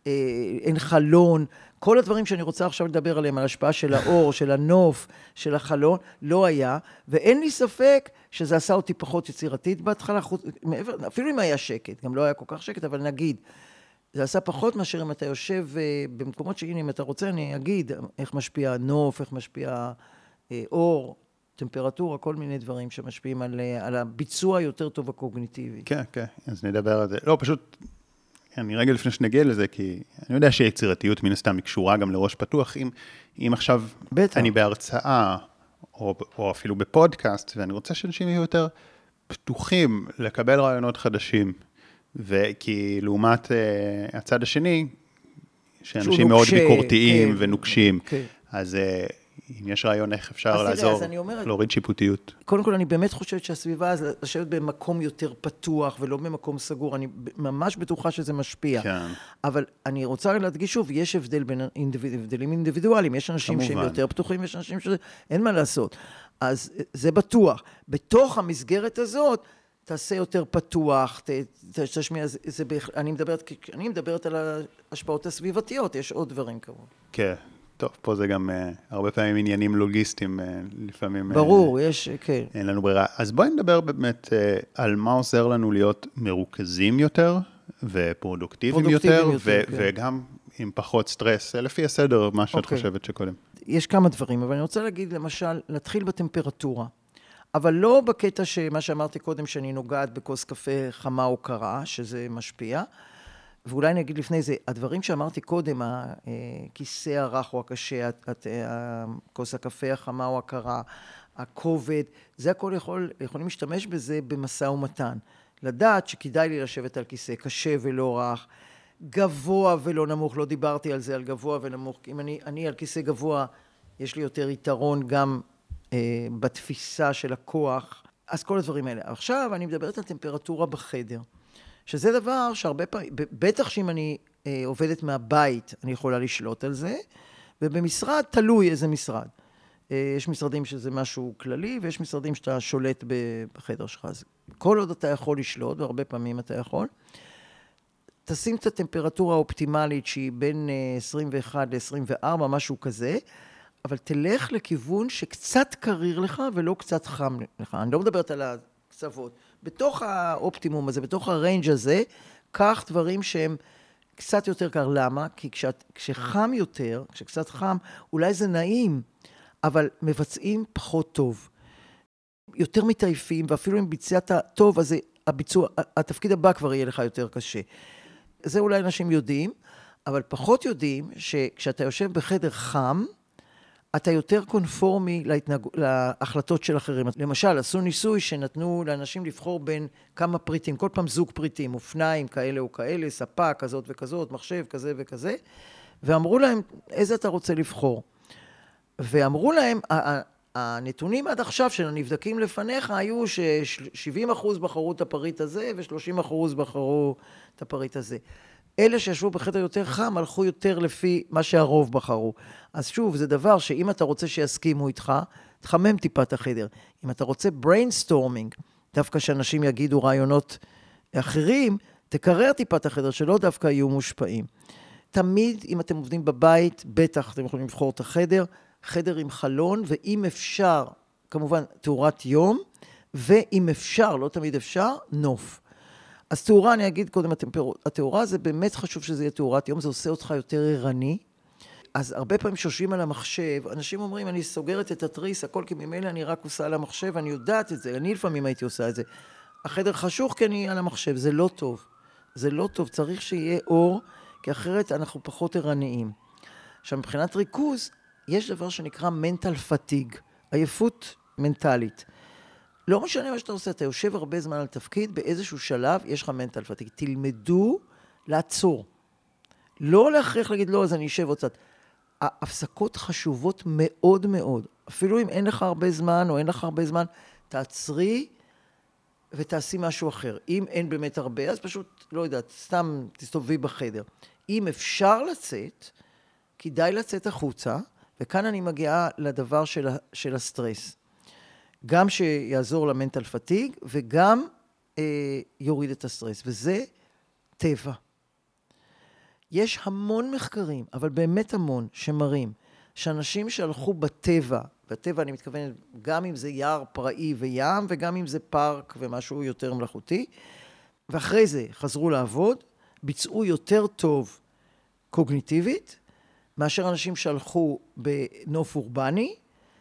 אין חלון, כל הדברים שאני רוצה עכשיו לדבר עליהם, על השפעה של האור, של הנוף, של החלון, לא היה, ואין לי ספק שזה עשה אותי פחות יצירתית בהתחלה, אפילו אם היה שקט, גם לא היה כל כך שקט, אבל נגיד, זה עשה פחות מאשר אם אתה יושב במקומות שהנה, אם אתה רוצה, אני אגיד איך משפיע הנוף, איך משפיע אור, טמפרטורה, כל מיני דברים שמשפיעים על, על הביצוע יותר טוב הקוגניטיבי. כן, כן, אז נדבר על זה. לא, פשוט, אני רגע לפני שנגיע לזה, כי אני יודע שיצירתיות מן הסתם היא קשורה גם לראש פתוח. אם, אם עכשיו בטח. אני בהרצאה, או, או אפילו בפודקאסט, ואני רוצה שאנשים יהיו יותר פתוחים לקבל רעיונות חדשים, וכי לעומת uh, הצד השני, שאנשים מאוד ביקורתיים כן, ונוקשים, כן. אז uh, אם יש רעיון איך אפשר לעזור, אומרת, להוריד שיפוטיות. קודם כל, אני באמת חושבת שהסביבה זה לשבת במקום יותר פתוח, ולא במקום סגור. אני ממש בטוחה שזה משפיע. כן. אבל אני רוצה להדגיש שוב, יש הבדל בין הבדלים אינדיבידואליים. יש אנשים כמובן. שהם יותר פתוחים, יש אנשים שאין מה לעשות. אז זה בטוח. בתוך המסגרת הזאת, תעשה יותר פתוח, תשמיע, זה, אני מדברת, אני מדברת על ההשפעות הסביבתיות, יש עוד דברים כמובן. כן. טוב, פה זה גם uh, הרבה פעמים עניינים לוגיסטיים, uh, לפעמים... ברור, uh, יש, כן. אין לנו ברירה. אז בואי נדבר באמת uh, על מה עוזר לנו להיות מרוכזים יותר, ופרודוקטיביים יותר, יותר ו- כן. וגם עם פחות סטרס, לפי הסדר, מה שאת okay. חושבת שקודם. יש כמה דברים, אבל אני רוצה להגיד, למשל, להתחיל בטמפרטורה, אבל לא בקטע שמה שאמרתי קודם, שאני נוגעת בכוס קפה חמה או קרה, שזה משפיע, ואולי אני אגיד לפני זה, הדברים שאמרתי קודם, הכיסא הרך או הקשה, כוס הקפה החמה או הקרה, הכובד, זה הכל יכול, יכולים להשתמש בזה במשא ומתן. לדעת שכדאי לי לשבת על כיסא קשה ולא רך, גבוה ולא נמוך, לא דיברתי על זה, על גבוה ונמוך. אם אני, אני על כיסא גבוה, יש לי יותר יתרון גם אה, בתפיסה של הכוח, אז כל הדברים האלה. עכשיו אני מדברת על טמפרטורה בחדר. שזה דבר שהרבה פעמים, בטח שאם אני אה, עובדת מהבית, אני יכולה לשלוט על זה, ובמשרד תלוי איזה משרד. אה, יש משרדים שזה משהו כללי, ויש משרדים שאתה שולט בחדר שלך. אז כל עוד אתה יכול לשלוט, והרבה פעמים אתה יכול, תשים את הטמפרטורה האופטימלית שהיא בין עשרים ואחת ל-עשרים וארבע, משהו כזה, אבל תלך לכיוון שקצת קריר לך ולא קצת חם לך. אני לא מדברת על הקצוות. בתוך האופטימום הזה, בתוך הריינג' הזה, קח דברים שהם קצת יותר קר. למה? כי כשאת, כשחם יותר, כשקצת חם, אולי זה נעים, אבל מבצעים פחות טוב. יותר מתעייפים, ואפילו אם ביצעת טוב, אז הביצוע, התפקיד הבא כבר יהיה לך יותר קשה. זה אולי אנשים יודעים, אבל פחות יודעים שכשאתה יושב בחדר חם, אתה יותר קונפורמי להתנהג... להחלטות של אחרים. למשל, עשו ניסוי שנתנו לאנשים לבחור בין כמה פריטים, כל פעם זוג פריטים, אופניים כאלה או כאלה, ספה כזאת וכזאת, מחשב כזה וכזה, ואמרו להם, איזה אתה רוצה לבחור? ואמרו להם, הנתונים עד עכשיו של הנבדקים לפניך היו ש-שבעים אחוז בחרו את הפריט הזה, ו-שלושים אחוז בחרו את הפריט הזה. אלה שישבו בחדר יותר חם, הלכו יותר לפי מה שהרוב בחרו. אז שוב, זה דבר שאם אתה רוצה שיסכימו איתך, תחמם טיפה את החדר. אם אתה רוצה brainstorming, דווקא שאנשים יגידו רעיונות אחרים, תקרר טיפה את החדר, שלא דווקא יהיו מושפעים. תמיד, אם אתם עובדים בבית, בטח אתם יכולים לבחור את החדר, חדר עם חלון, ואם אפשר, כמובן, תאורת יום, ואם אפשר, לא תמיד אפשר, נוף. אז תאורה, אני אגיד קודם, התאורה זה באמת חשוב שזה יהיה תאורת יום, זה עושה אותך יותר ערני. אז הרבה פעמים שיושבים על המחשב, אנשים אומרים, אני סוגרת את התריס, הכל כי ממילא אני רק עושה על המחשב, אני יודעת את זה, אני לפעמים הייתי עושה את זה. החדר חשוך כי אני על המחשב, זה לא טוב. זה לא טוב, צריך שיהיה אור, כי אחרת אנחנו פחות ערניים. עכשיו, מבחינת ריכוז, יש דבר שנקרא mental fatigue, עייפות מנטלית. לא משנה מה שאתה עושה, אתה יושב הרבה זמן על תפקיד, באיזשהו שלב יש לך mental fatigue. תלמדו לעצור. לא להכריח להגיד, לא, אז אני אשב עוד קצת. ההפסקות חשובות מאוד מאוד. אפילו אם אין לך הרבה זמן או אין לך הרבה זמן, תעצרי ותעשי משהו אחר. אם אין באמת הרבה, אז פשוט, לא יודעת, סתם תסתובבי בחדר. אם אפשר לצאת, כדאי לצאת החוצה, וכאן אני מגיעה לדבר של, של הסטרס. גם שיעזור למנטל פטיג, וגם אה, יוריד את הסטרס. וזה טבע. יש המון מחקרים, אבל באמת המון, שמראים, שאנשים שהלכו בטבע, בטבע אני מתכוונת גם אם זה יער פראי וים, וגם אם זה פארק ומשהו יותר מלאכותי, ואחרי זה חזרו לעבוד, ביצעו יותר טוב קוגניטיבית, מאשר אנשים שהלכו בנוף אורבני,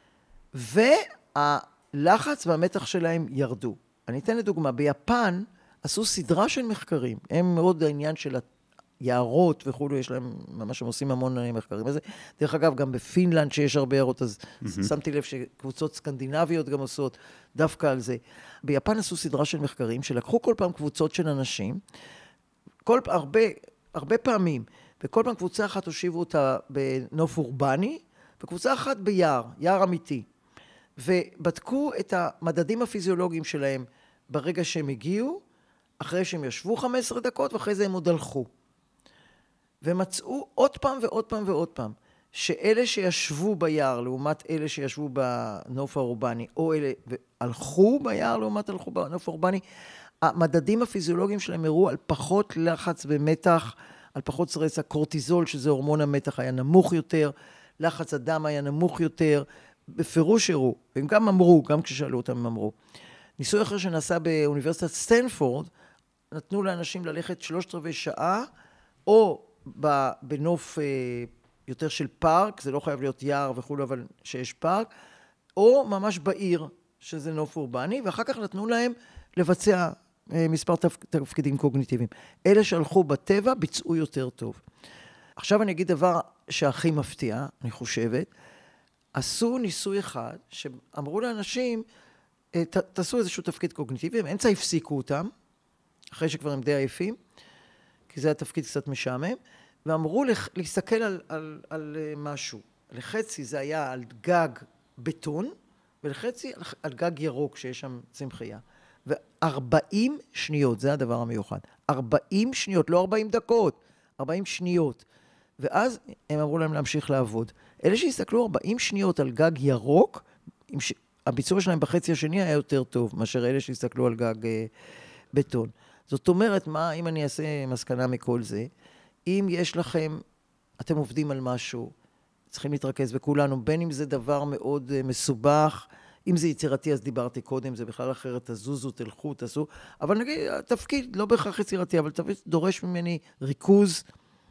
והלחץ והמתח שלהם ירדו. אני אתן לדוגמה, ביפן עשו סדרה של מחקרים, הם מאוד העניין של יערות וכו', יש להם, ממש הם עושים המון מחקרים. אז, דרך אגב, גם בפינלנד שיש הרבה יערות, אז mm-hmm. שמתי לב שקבוצות סקנדינביות גם עושות דווקא על זה. ביפן עשו סדרה של מחקרים, שלקחו כל פעם קבוצות של אנשים, כל, הרבה, הרבה פעמים, וכל פעם קבוצה אחת הושיבו אותה בנוף אורבני, וקבוצה אחת ביער, יער אמיתי. ובדקו את המדדים הפיזיולוגיים שלהם ברגע שהם הגיעו, אחרי שהם ישבו חמש עשרה דקות, ואחרי זה הם עוד הלכו. ומצאו עוד פעם ועוד פעם ועוד פעם, שאלה שישבו ביער, לעומת אלה שישבו בנוף האורבני, או אלה הלכו ביער, לעומת הלכו בנוף האורבני, המדדים הפיזיולוגיים שלהם הראו על פחות לחץ ומתח, על פחות סטרס, הקורטיזול, שזה הורמון המתח, היה נמוך יותר, לחץ הדם היה נמוך יותר, בפירוש הראו, והם גם אמרו, גם כששאלו אותם הם אמרו. ניסוי אחר שנעשה באוניברסיטת סטנפורד, נתנו לאנשים ללכת שלושת רבעי שעה, או בנוף יותר של פארק, זה לא חייב להיות יער וכו', אבל שיש פארק, או ממש בעיר, שזה נוף אורבני, ואחר כך נתנו להם לבצע מספר תפקידים קוגניטיביים. אלה שהלכו בטבע ביצעו יותר טוב. עכשיו אני אגיד דבר שהכי מפתיע, אני חושבת, עשו ניסוי אחד, שאמרו לאנשים, ת, תעשו איזשהו תפקיד קוגניטיבי, הם אמצע הפסיקו אותם, אחרי שכבר הם די עייפים, כי זה התפקיד קצת משעמם, ואמרו לח, להסתכל על, על, על משהו. לחצי זה היה על גג בטון, ולחצי על, על גג ירוק שיש שם צמחייה. ו-ארבעים שניות, זה הדבר המיוחד. ארבעים שניות, לא ארבעים דקות, ארבעים שניות. ואז הם אמרו להם להמשיך לעבוד. אלה שהסתכלו ארבעים שניות על גג ירוק, ש... הביצוע שלהם בחצי השני היה יותר טוב, מאשר אלה שהסתכלו על גג אה, בטון. זאת אומרת, מה, אם אני אעשה מסקנה מכל זה, אם יש לכם, אתם עובדים על משהו, צריכים להתרכז בכולנו, בין אם זה דבר מאוד uh, מסובך, אם זה יצירתי, אז דיברתי קודם, זה בכלל אחרת, תזוזו, תלכו, תעשו, אבל נגיד, התפקיד לא בהכרח יצירתי, אבל תפקיד דורש ממני ריכוז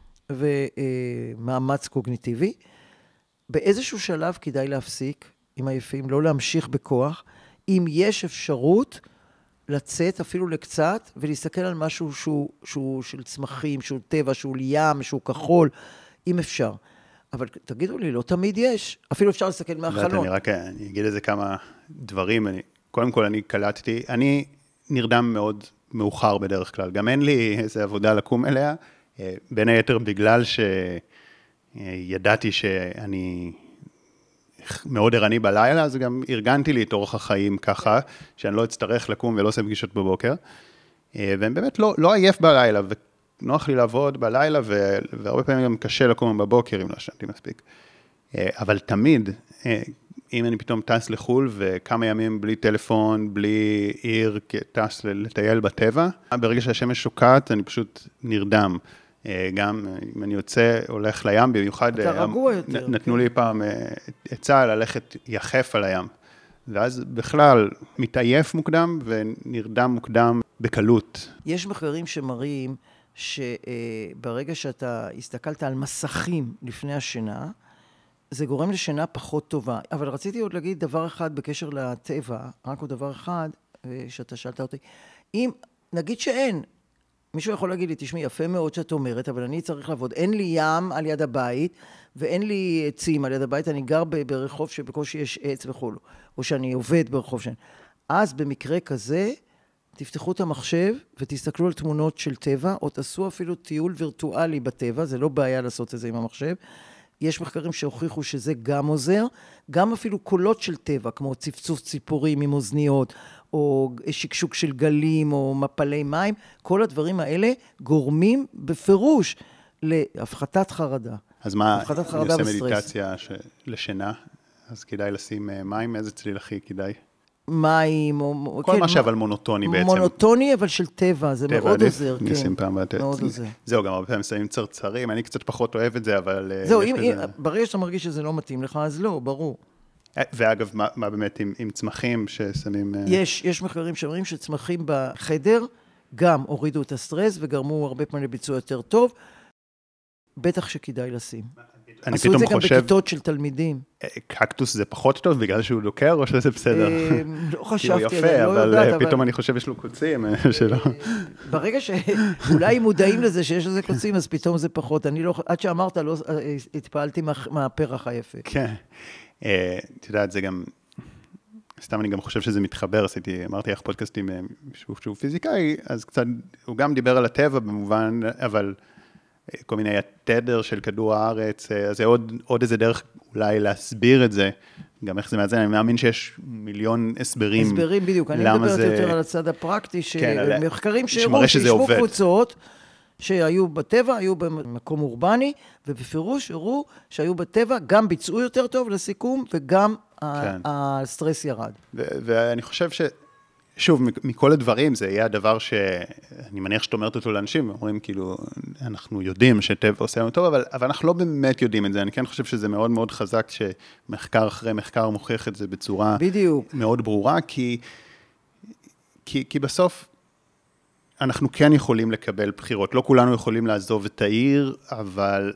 ומאמץ קוגניטיבי. באיזשהו שלב כדאי להפסיק עם עייפים, לא להמשיך בכוח, אם יש אפשרות לצאת אפילו לקצת, ולהסתכל על משהו שהוא, שהוא של צמחים, שהוא טבע, שהוא לים, שהוא כחול, אם אפשר. אבל תגידו לי, לא תמיד יש. אפילו אפשר להסתכל מהחלון. אני רק אני אגיד לזה כמה דברים. אני, קודם כל, אני קלטתי, אני נרדם מאוד מאוחר בדרך כלל. גם אין לי איזו עבודה לקום אליה, בין היתר בגלל שידעתי שאני מאוד ערני בלילה, אז גם ארגנתי לי את אורח החיים ככה, שאני לא אצטרך לקום ולא עושה פגישות בבוקר. והם באמת לא, לא עייף בלילה, ונוח לי לעבוד בלילה, והרבה פעמים גם קשה לקום בבוקר, אם לא ישנתי מספיק. אבל תמיד, אם אני פתאום טס לחול, וכמה ימים בלי טלפון, בלי עיר, טס לטייל בטבע, ברגע שהשמש שוקעת, אני פשוט נרדם. גם אם אני יוצא, הולך לים, במיוחד נתנו לי פעם עצה ללכת יחף על הים. ואז בכלל מתעייף מוקדם ונרדם מוקדם בקלות. יש מחקרים שמראים שברגע שאתה הסתכלת על מסכים לפני השינה, זה גורם לשינה פחות טובה. אבל רציתי עוד להגיד דבר אחד בקשר לטבע, רק עוד דבר אחד שאתה שאלת אותי. אם נגיד שאין, מישהו יכול להגיד לי, תשמעי, יפה מאוד שאת אומרת, אבל אני צריך לעבוד. אין לי ים על יד הבית, ואין לי עצים על יד הבית, אני גר ברחוב שבקושי יש עץ וכו', או שאני עובד ברחוב שאין. אז במקרה כזה, תפתחו את המחשב, ותסתכלו על תמונות של טבע, או תעשו אפילו טיול וירטואלי בטבע, זה לא בעיה לעשות את זה עם המחשב. יש מחקרים שהוכיחו שזה גם עוזר, גם אפילו קולות של טבע, כמו צפצוף ציפורים עם אוזניות, או שקשוק של גלים, או מפלי מים, כל הדברים האלה גורמים בפירוש להפחתת חרדה. אז מה, אני עושה מדיטציה לשינה, אז כדאי לשים מים, איזה צליל הכי כדאי? מים, או... כל מה שאבל מונוטוני בעצם. מונוטוני, אבל של טבע, זה מאוד עוזר. טבע, נשים פעם בתת. מאוד עוזר. זהו, גם הרבה פעמים שמים צרצרים, אני קצת פחות אוהב את זה, אבל... זהו, ברגע שאתה מרגיש שזה לא מתאים לך, אז לא, ברור. ואגב, מה, מה באמת עם, עם צמחים ששמים... יש, יש מחקרים שאומרים שצמחים בחדר גם הורידו את הסטרס וגרמו הרבה פעמים לביצוע יותר טוב, בטח שכדאי לשים. אני פתאום חושב... עשו את זה גם בכיתות של תלמידים. קקטוס זה פחות טוב בגלל שהוא דוקר או שזה בסדר? לא חשבתי, אני לא יודעת, אבל... פתאום אני חושב יש לו קוצים שלא... ברגע שאולי מודעים לזה שיש לזה קוצים, אז פתאום זה פחות. אני לא... עד שאמרת, לא התפעלתי מהפרח היפה. כן. את יודעת, זה גם... סתם אני גם חושב שזה מתחבר, עשיתי, אמרתי איך פודקאסט עם שהוא פיזיקאי, אז קצת, הוא גם דיבר על הטבע במובן, אבל כל מיני התדר של כדור הארץ, אז זה עוד, עוד איזה דרך אולי להסביר את זה, גם איך זה מאזן, אני מאמין שיש מיליון הסברים. הסברים בדיוק, אני מדברת זה... יותר על הצד הפרקטי, שמחקרים שהראו שישבו קבוצות, שהיו בטבע, היו במקום אורבני, ובפירוש הראו שהיו בטבע, גם ביצעו יותר טוב לסיכום, וגם כן. הסטרס ירד. ואני חושב ש... שוב, מכל הדברים, זה יהיה הדבר שאני מניח שאת אומרת אותו לאנשים, אומרים כאילו, אנחנו יודעים שטבע עושה לנו טוב, אבל, אבל אנחנו לא באמת יודעים את זה. אני כן חושב שזה מאוד מאוד חזק, שמחקר אחרי מחקר מוכיח את זה בצורה בדיוק. מאוד ברורה, כי, כי, כי בסוף אנחנו כן יכולים לקבל בחירות. לא כולנו יכולים לעזוב את העיר, אבל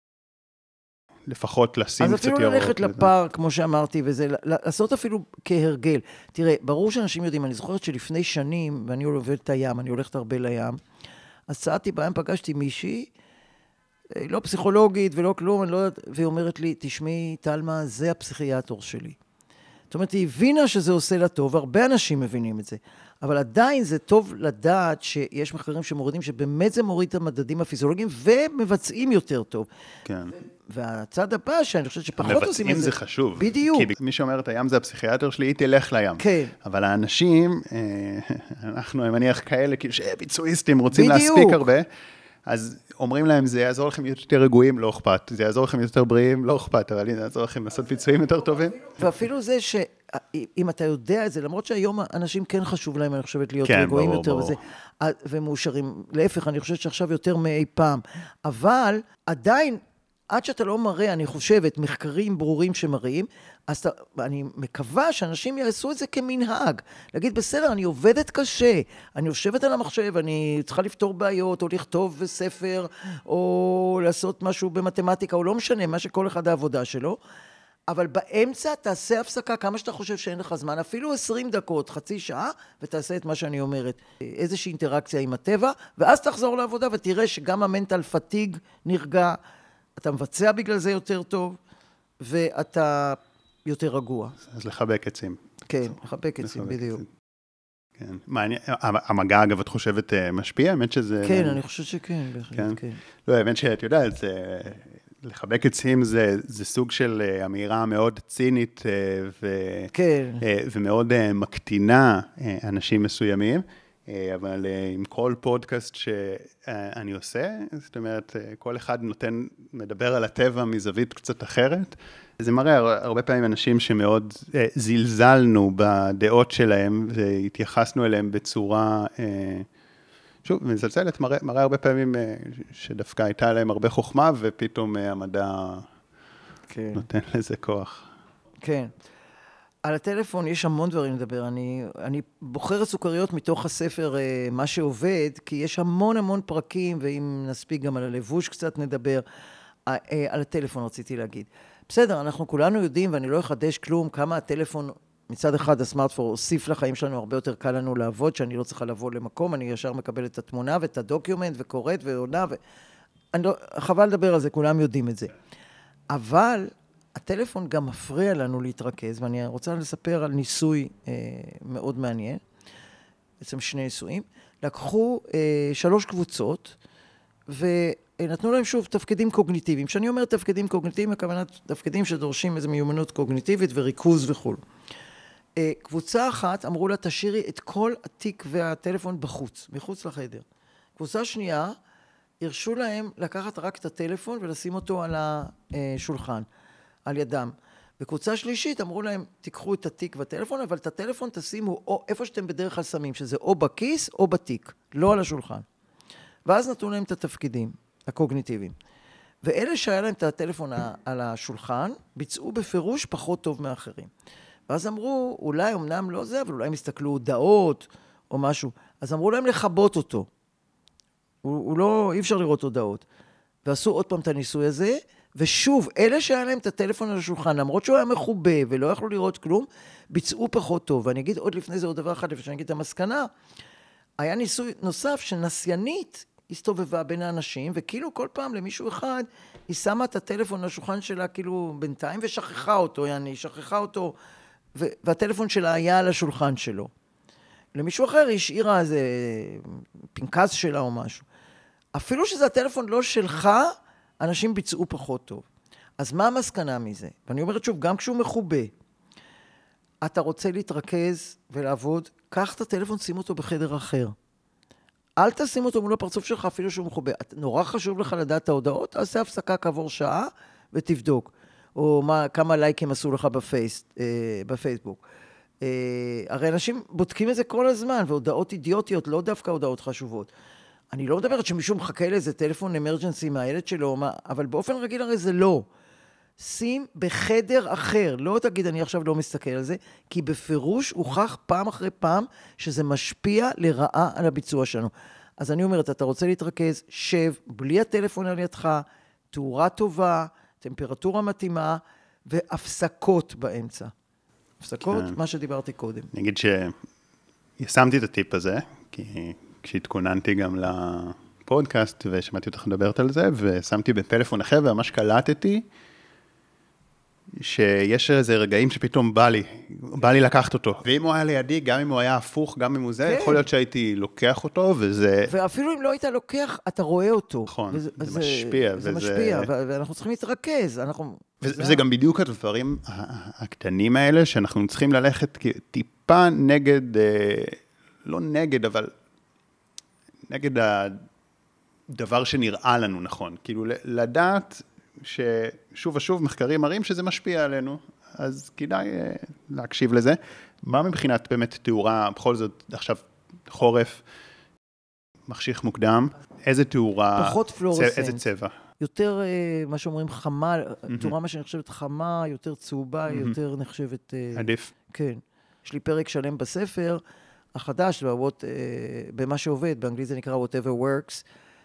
לפחות לשים קצת ירוק. אז אפילו ללכת לפארק, כמו שאמרתי, וזה, לעשות אפילו כהרגל. תראה, ברור שאנשים יודעים, אני זוכרת שלפני שנים, ואני עובדת את הים, אני הולכת הרבה לים, אז צעדתי בהם, פגשתי מישהי, לא פסיכולוגית ולא כלום, אני לא יודעת, והיא אומרת לי, תשמעי, תלמה, זה הפסיכיאטור שלי. זאת אומרת, היא הבינה שזה עושה לה טוב, הרבה אנשים מבינים את זה. אבל עדיין זה טוב לדעת שיש מחקרים שמורידים, שבאמת זה מוריד את המדדים הפיזיולוגיים, ומבצעים יותר טוב. כן. והצד הבא, שאני חושבת שפחות עושים את זה. מבצעים זה חשוב. בדיוק. כי מי שאומרת, הים זה הפסיכיאטר שלי, היא תלך לים. כן. אבל האנשים, אנחנו, אני מניח כאלה, כאילו שביצועיסטים רוצים להספיק הרבה, אז אומרים להם, זה יעזור לכם יותר רגועים, לא אכפת. זה יעזור לכם יותר בריאים, לא אכפת. אבל זה יעזור לכם לעשות ביצועים יותר טובים. ואפילו זה שאם אתה יודע את זה, למרות שהיום אנשים כן חשוב להם, אני חושבת, להיות רגועים יותר וזה, ומאושרים. להפך, אני חושבת שעכשיו יותר מאי פעם. אבל עדיין, עד שאתה לא מראה, אני חושבת, מחקרים ברורים שמראים, אז אתה, אני מקווה שאנשים יעשו את זה כמנהג. להגיד, בסדר, אני עובדת קשה, אני יושבת על המחשב, אני צריכה לפתור בעיות, או לכתוב בספר, או לעשות משהו במתמטיקה, או לא משנה, מה שכל אחד העבודה שלו, אבל באמצע תעשה הפסקה, כמה שאתה חושב שאין לך זמן, אפילו עשרים דקות, חצי שעה, ותעשה את מה שאני אומרת. איזושהי אינטראקציה עם הטבע, ואז תחזור לעבודה ותראה שגם המנטל פטיג נרגע, אתה מבצע בגלל זה יותר טוב, ואתה יותר רגוע. אז לחבק עצים. כן, לחבק עצים, בדיוק. כן. מעניין, המגע, אגב, את חושבת משפיע? האמת שזה... כן, אני חושבת שכן, בהחלט, כן. לא, האמת שאת יודעת, לחבק עצים זה סוג של אמירה מאוד צינית, ומאוד מקטינה אנשים מסוימים, אבל עם כל פודקאסט שאני עושה, זאת אומרת, כל אחד נותן, מדבר על הטבע מזווית קצת אחרת. זה מראה הרבה פעמים אנשים שמאוד זלזלנו בדעות שלהם, והתייחסנו אליהם בצורה, שוב, מזלזלת, מראה, מראה הרבה פעמים שדווקא הייתה להם הרבה חוכמה, ופתאום המדע כן. נותן לזה כוח. כן. על הטלפון יש המון דברים לדבר. אני, אני בוחרת סוכריות מתוך הספר מה שעובד, כי יש המון המון פרקים, ואם נספיק גם על הלבוש קצת נדבר, על הטלפון רציתי להגיד. בסדר, אנחנו כולנו יודעים, ואני לא אחדש כלום, כמה הטלפון, מצד אחד הסמארטפון הוסיף לחיים שלנו, הרבה יותר קל לנו לעבוד, שאני לא צריכה לבוא למקום, אני ישר מקבל את התמונה ואת הדוקיומנט, וקוראת ועונה, ו... אני לא, חבל לדבר על זה, כולם יודעים את זה. אבל הטלפון גם מפריע לנו להתרכז, ואני רוצה לספר על ניסוי אה, מאוד מעניין, בעצם שני ניסויים, לקחו אה, שלוש קבוצות, ונתנו להם שוב תפקידים קוגניטיביים. כשאני אומר תפקידים קוגניטיביים, הכוונה תפקידים שדורשים איזו מיומנות קוגניטיבית וריכוז וכו'. אה, קבוצה אחת אמרו לה, תשאירי את כל התיק והטלפון בחוץ, מחוץ לחדר. קבוצה שנייה, הרשו להם לקחת רק את הטלפון ולשים אותו על השולחן. על ידם. בקבוצה שלישית אמרו להם, תיקחו את התיק והטלפון, אבל את הטלפון תשימו או איפה שאתם בדרך כלל שמים, שזה או בכיס או בתיק, לא על השולחן. ואז נתנו להם את התפקידים הקוגניטיביים. ואלה שהיה להם את הטלפון על השולחן, ביצעו בפירוש פחות טוב מאחרים. ואז אמרו, אולי אמנם לא זה, אבל אולי הם הסתכלו הודעות או משהו. אז אמרו להם לחבות אותו. הוא, הוא לא, אי אפשר לראות הודעות. ועשו עוד פעם את הניסוי הזה, ושוב, אלה שהיה להם את הטלפון על השולחן, למרות שהוא היה מחובה ולא יכלו לראות כלום, ביצעו פחות טוב. ואני אגיד עוד לפני זה עוד דבר אחד, לפני שאני אגיד את המסקנה, היה ניסוי נוסף שנסיינית הסתובבה בין האנשים, וכאילו כל פעם למישהו אחד, היא שמה את הטלפון על השולחן שלה כאילו בינתיים, ושכחה אותו, יעני, שכחה אותו, והטלפון שלה היה על השולחן שלו. למישהו אחר היא השאירה איזה פנקס שלה או משהו. אפילו שזה הטלפון לא שלך, אנשים ביצעו פחות טוב. אז מה המסקנה מזה? ואני אומרת שוב, גם כשהוא מחובה, אתה רוצה להתרכז ולעבוד, קח את הטלפון, שים אותו בחדר אחר. אל תשים אותו מול הפרצוף שלך אפילו שהוא מחובה. נורא חשוב לך לדעת את ההודעות, תעשה הפסקה כעבור שעה ותבדוק. או מה, כמה לייקים עשו לך בפייס, אה, בפייסבוק. אה, הרי אנשים בודקים את זה כל הזמן, והודעות אידיוטיות, לא דווקא הודעות חשובות. אני לא מדברת שמישהו מחכה לאיזה טלפון אמרג'נסי מהילד שלו, אבל באופן רגיל הרי זה לא. שים בחדר אחר, לא תגיד אני עכשיו לא מסתכל על זה, כי בפירוש הוכח פעם אחרי פעם שזה משפיע לרעה על הביצוע שלנו. אז אני אומרת, אתה רוצה להתרכז, שב, בלי הטלפון על ידך, תאורה טובה, טמפרטורה מתאימה, והפסקות באמצע. הפסקות, כן. מה שדיברתי קודם. אני אגיד שישמתי את הטיפ הזה, כי כשהתכוננתי גם לפודקאסט, ושמעתי אותך מדברת על זה, ושמתי בטלפון אחר, וממש קלטתי, שיש איזה רגעים שפתאום בא לי, בא לי לקחת אותו. ואם הוא היה לידי, גם אם הוא היה הפוך, גם אם הוא זה, יכול להיות שהייתי לוקח אותו, וזה... ואפילו אם לא היית לוקח, אתה רואה אותו. נכון, זה משפיע. זה משפיע, ואנחנו צריכים להתרכז. וזה גם בדיוק הדברים הקטנים האלה, שאנחנו צריכים ללכת טיפה נגד, לא נגד, אבל נגד הדבר שנראה לנו נכון. כאילו, לדעת ששוב ושוב מחקרים מראים שזה משפיע עלינו, אז כדאי להקשיב לזה. מה מבחינת באמת תאורה, בכל זאת עכשיו חורף, מחשיך מוקדם, איזה תאורה, פחות פלורסנט. איזה צבע? יותר, מה שאומרים, חמה, תאורה מה שנחשבת חמה, יותר צהובה, יותר נחשבת... עדיף. כן. יש לי פרק שלם בספר, החדש, במה שעובד, באנגלית זה נקרא whatever works.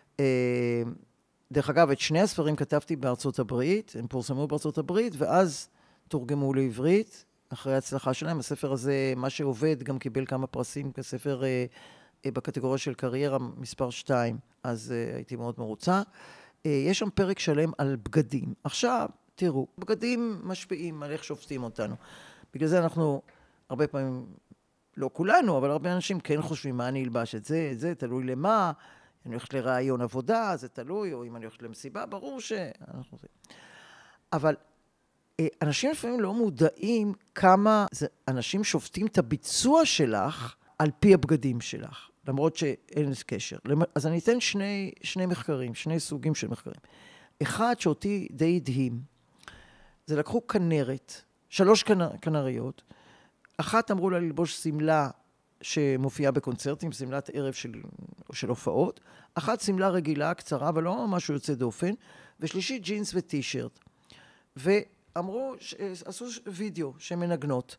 דרך אגב, את שני הספרים כתבתי בארצות הברית, הם פורסמו בארצות הברית, ואז תורגמו לעברית, אחרי ההצלחה שלהם. הספר הזה, מה שעובד, גם קיבל כמה פרסים כספר בקטגוריה של קריירה מספר שתיים, אז הייתי מאוד מרוצה. יש שם פרק שלם על בגדים. עכשיו, תראו, בגדים משפיעים על איך שופטים אותנו. בגלל זה אנחנו, הרבה פעמים, לא כולנו, אבל הרבה אנשים כן חושבים מה אני אלבש את זה, את זה, תלוי למה, אני הולכת לרעיון עבודה, זה תלוי, או אם אני הולכת למסיבה, ברור שאנחנו זה. אבל אנשים לפעמים לא מודעים כמה אנשים שופטים את הביצוע שלך על פי הבגדים שלך. למרות שאין לזה קשר. אז אני אתן שני, שני מחקרים, שני סוגים של מחקרים. אחד שאותי די הדהים, זה לקחו כנרת, שלוש כנריות, אחת אמרו לה ללבוש סמלה שמופיעה בקונצרטים, סמלת ערב של, של הופעות, אחת סמלה רגילה, קצרה, אבל לא משהו יוצא דופן, ושלישית ג'ינס וטי-שירט. ואמרו, עשו וידאו שמנגנות.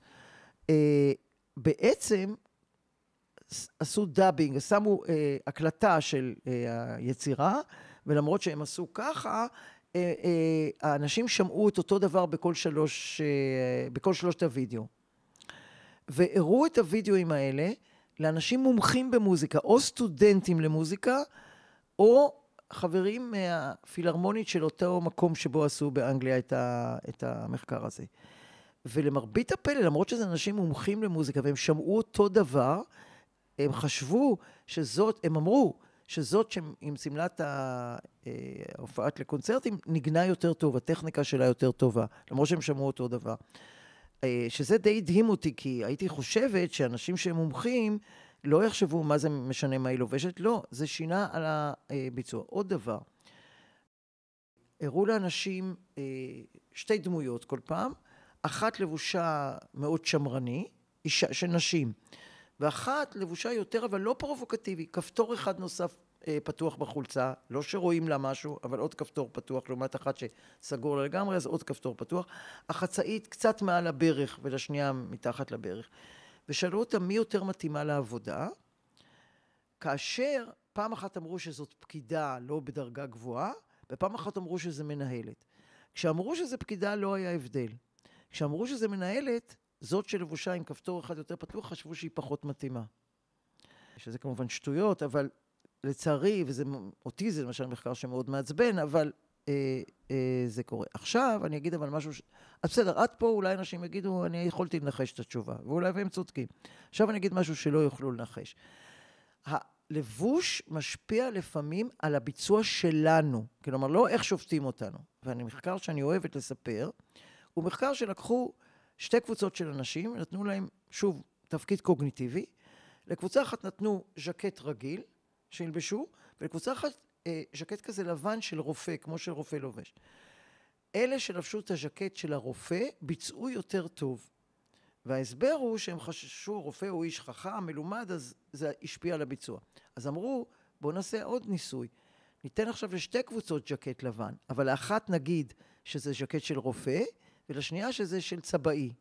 בעצם, עשו דאבינג, שמו אה, הקלטה של אה, היצירה, ולמרות שהם עשו ככה, אה, אה, האנשים שמעו את אותו דבר בכל שלוש, אה, בכל שלושת הוידאו. והראו את הוידאוים האלה לאנשים מומחים במוזיקה, או סטודנטים למוזיקה, או חברים מהפילהרמונית של אותו מקום שבו עשו באנגליה את, ה, את המחקר הזה. ולמרבית הפלא, למרות שזה אנשים מומחים למוזיקה, והם שמעו אותו דבר, הם חשבו שזאת, הם אמרו שזאת שעם סמלת ההופעת לקונצרטים נגנה יותר טוב, הטכניקה שלה יותר טובה, למרות שהם שמעו אותו דבר. שזה די הדהים אותי, כי הייתי חושבת שאנשים שהם מומחים לא יחשבו מה זה משנה מה היא לובשת, לא, זה שינה על הביצוע. עוד דבר, הראו לאנשים שתי דמויות כל פעם, אחת לבושה מאוד שמרני, אישה, של נשים, ואחת לבושה יותר, אבל לא פרובוקטיבי, כפתור אחד נוסף אה, פתוח בחולצה, לא שרואים לה משהו, אבל עוד כפתור פתוח, לעומת אחת שסגור לה לגמרי, אז עוד כפתור פתוח. החצאית קצת מעל הברך, ולשנייה מתחת לברך. ושאלו אותה מי יותר מתאימה לעבודה, כאשר פעם אחת אמרו שזאת פקידה לא בדרגה גבוהה, ופעם אחת אמרו שזה מנהלת. כשאמרו שזה פקידה לא היה הבדל. כשאמרו שזה מנהלת, זאת שלבושה עם כפתור אחד יותר פתוח, חשבו שהיא פחות מתאימה. שזה כמובן שטויות, אבל לצערי, וזה אותי זה למשל מחקר שמאוד מעצבן, אבל אה, אה, זה קורה. עכשיו אני אגיד אבל משהו, ש... אז בסדר, עד פה אולי אנשים יגידו, אני יכולתי לנחש את התשובה, ואולי והם צודקים. עכשיו אני אגיד משהו שלא יוכלו לנחש. הלבוש משפיע לפעמים על הביצוע שלנו, כלומר לא איך שופטים אותנו. ואני מחקר שאני אוהבת לספר, הוא מחקר שלקחו שתי קבוצות של אנשים, נתנו להם, שוב, תפקיד קוגניטיבי, לקבוצה אחת נתנו ז'קט רגיל, שילבשו, ולקבוצה אחת אה, ז'קט כזה לבן של רופא, כמו שרופא לובש. אלה שלבשו את הז'קט של הרופא, ביצעו יותר טוב. וההסבר הוא שהם חששו, רופא הוא איש חכם, מלומד, אז זה השפיע על הביצוע. אז אמרו, בואו נעשה עוד ניסוי. ניתן עכשיו לשתי קבוצות ז'קט לבן, אבל לאחת נגיד שזה ז'קט של רופא, ולשנייה שזה של צבאי.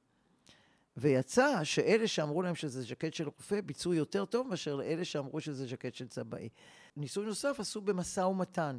ויצא שאלה שאמרו להם שזה ז'קט של רופא, ביצעו יותר טוב מאשר לאלה שאמרו שזה ז'קט של צבאי. ניסוי נוסף עשו במשא ומתן.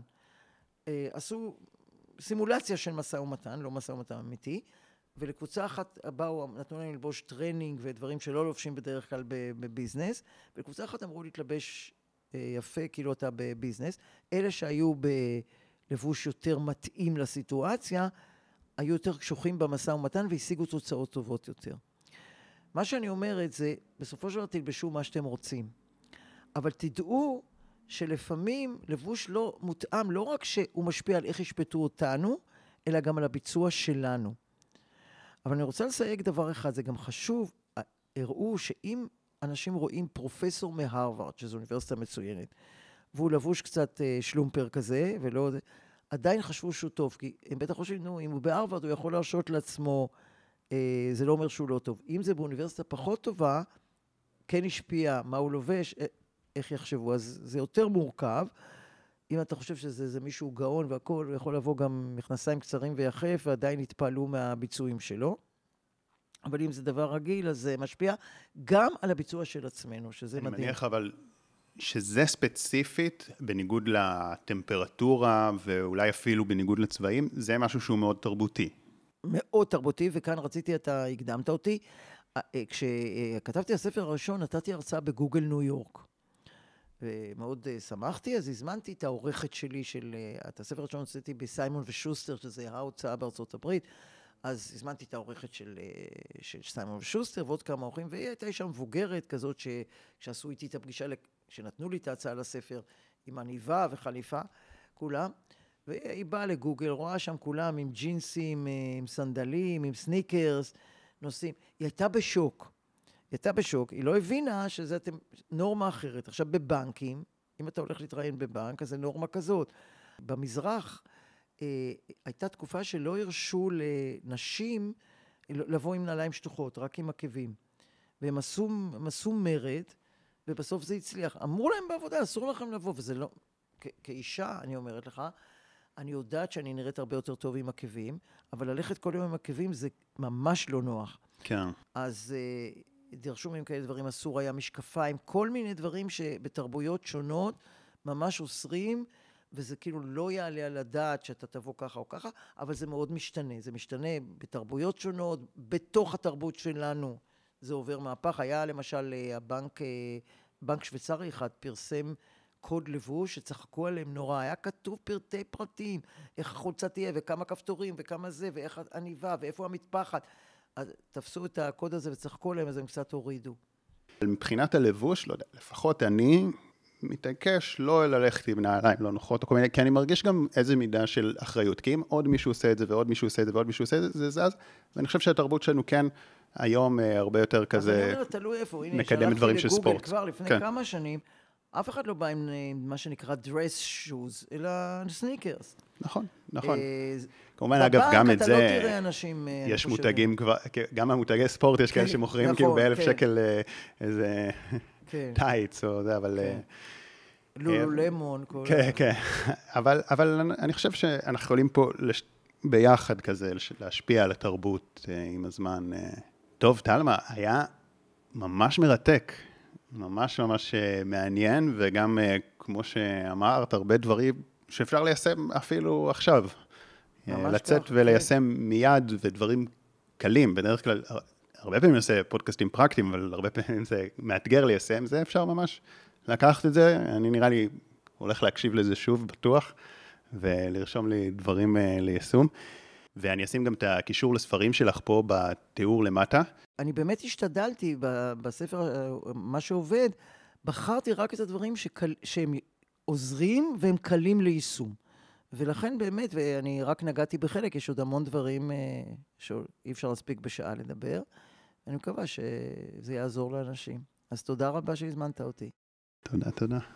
עשו סימולציה של משא ומתן, לא משא ומתן אמיתי, ולקבוצה אחת באו, נתנו להם ללבוש טרנינג ודברים שלא לובשים בדרך כלל בביזנס, ולקבוצה אחת אמרו להתלבש יפה, כאילו אתה בביזנס. אלה שהיו בלבוש יותר מתאים לסיטואציה, היו יותר קשוחים במשא ומתן והשיגו תוצאות טובות יותר. מה שאני אומרת זה, בסופו של דבר תלבשו מה שאתם רוצים. אבל תדעו שלפעמים לבוש לא מותאם, לא רק שהוא משפיע על איך ישפטו אותנו, אלא גם על הביצוע שלנו. אבל אני רוצה לסייג דבר אחד, זה גם חשוב, הראו שאם אנשים רואים פרופסור מהרווארד, שזו אוניברסיטה מצוינת, והוא לבוש קצת שלומפר כזה, ולא, עדיין חשבו שהוא טוב, כי הם בטח חושבים, נו, אם הוא בהרווארד, הוא יכול להרשות לעצמו, זה לא אומר שהוא לא טוב. אם זה באוניברסיטה פחות טובה, כן השפיע מה הוא לובש, איך יחשבו, אז זה יותר מורכב. אם אתה חושב שזה זה מישהו גאון והכל, הוא יכול לבוא גם מכנסיים קצרים ויחף, ועדיין יתפעלו מהביצועים שלו. אבל אם זה דבר רגיל, אז זה משפיע גם על הביצוע של עצמנו, שזה מדהים. אני מניח אבל שזה ספציפית, בניגוד לטמפרטורה, ואולי אפילו בניגוד לצבעים, זה משהו שהוא מאוד תרבותי. מאוד תרבותי, וכאן רציתי, אתה הקדמת אותי. כשכתבתי הספר הראשון, נתתי הרצאה בגוגל ניו יורק. ומאוד שמחתי, אז הזמנתי את העורכת שלי של, את הספר הראשון עשיתי בסיימון ושוסטר, שזה ההוצאה בארצות הברית, אז הזמנתי את העורכת של, של סיימון ושוסטר, ועוד כמה עורכים, והיא הייתה אישה מבוגרת כזאת, שכשעשו איתי את הפגישה, כשנתנו לי את ההצעה לספר, עם עניבה וחליפה, כולם, והיא באה לגוגל, רואה שם כולם עם ג'ינסים, עם סנדלים, עם סניקרס, נוסעים. היא הייתה בשוק. היא הייתה בשוק, היא לא הבינה שזה נורמה אחרת. עכשיו, בבנקים, אם אתה הולך להתראיין בבנק, אז זה נורמה כזאת. במזרח, אה, הייתה תקופה שלא הרשו לנשים לבוא עם נעליים שטוחות, רק עם עקבים. והם עשו, הם עשו מרד, ובסוף זה הצליח. אמרו להם בעבודה, אסור לכם לבוא, וזה לא... כ- כאישה, אני אומרת לך, אני יודעת שאני נראית הרבה יותר טוב עם עקבים, אבל ללכת כל יום עם עקבים זה ממש לא נוח. כן. אז uh, דרשו מהם כאלה דברים, אסור היה משקפיים, כל מיני דברים שבתרבויות שונות ממש אוסרים, וזה כאילו לא יעלה על הדעת שאתה תבוא ככה או ככה, אבל זה מאוד משתנה. זה משתנה בתרבויות שונות, בתוך התרבות שלנו זה עובר מהפך. היה למשל הבנק, בנק שוויצרי אחד פרסם קוד לבוש שצחקו עליהם נורא, היה כתוב פרטי פרטים, איך החולצה תהיה וכמה כפתורים וכמה זה ואיך העניבה ואיפה המטפחת. אז תפסו את הקוד הזה וצחקו עליהם, אז הם קצת הורידו. מבחינת הלבוש, לא יודע, לפחות אני מתעקש לא ללכת עם נעליים לא נוחות, או כל מיני, כי אני מרגיש גם איזה מידה של אחריות, כי אם עוד מישהו עושה את זה ועוד מישהו עושה את זה ועוד מישהו עושה את זה, זה זז, ואני חושב שהתרבות שלנו כן היום הרבה יותר כזה, אז אני אומר, תלוי איפה, הנה, מקדם דברים של ספורט. כבר לפני כן. כמה שנים, אף אחד לא בא עם מה שנקרא dress shoes, אלא סניקרס. נכון, נכון. כמובן, אגב, גם את זה, אתה לא תראה אנשים, יש מותגים כבר, גם המותגי ספורט, יש כאלה שמוכרים כאילו באלף שקל איזה טייץ או זה, אבל... לולולמון. כן, כן. אבל אני חושב שאנחנו יכולים פה ביחד כזה להשפיע על התרבות עם הזמן. טוב, תלמה, היה ממש מרתק. ממש ממש מעניין, וגם כמו שאמרת, הרבה דברים שאפשר ליישם אפילו עכשיו. לצאת וליישם מיד, ודברים קלים. בדרך כלל, הרבה פעמים נעשה פודקאסטים פרקטיים, אבל הרבה פעמים זה מאתגר ליישם, זה אפשר ממש לקחת את זה. אני נראה לי הולך להקשיב לזה שוב, בטוח, ולרשום לי דברים ליישום. ואני אשים גם את הקישור לספרים שלך פה בתיאור למטה. אני באמת השתדלתי בספר, מה שעובד, בחרתי רק את הדברים שקל, שהם עוזרים והם קלים ליישום. ולכן באמת, ואני רק נגעתי בחלק, יש עוד המון דברים שאי אפשר להספיק בשעה לדבר. אני מקווה שזה יעזור לאנשים. אז תודה רבה שהזמנת אותי. תודה, תודה.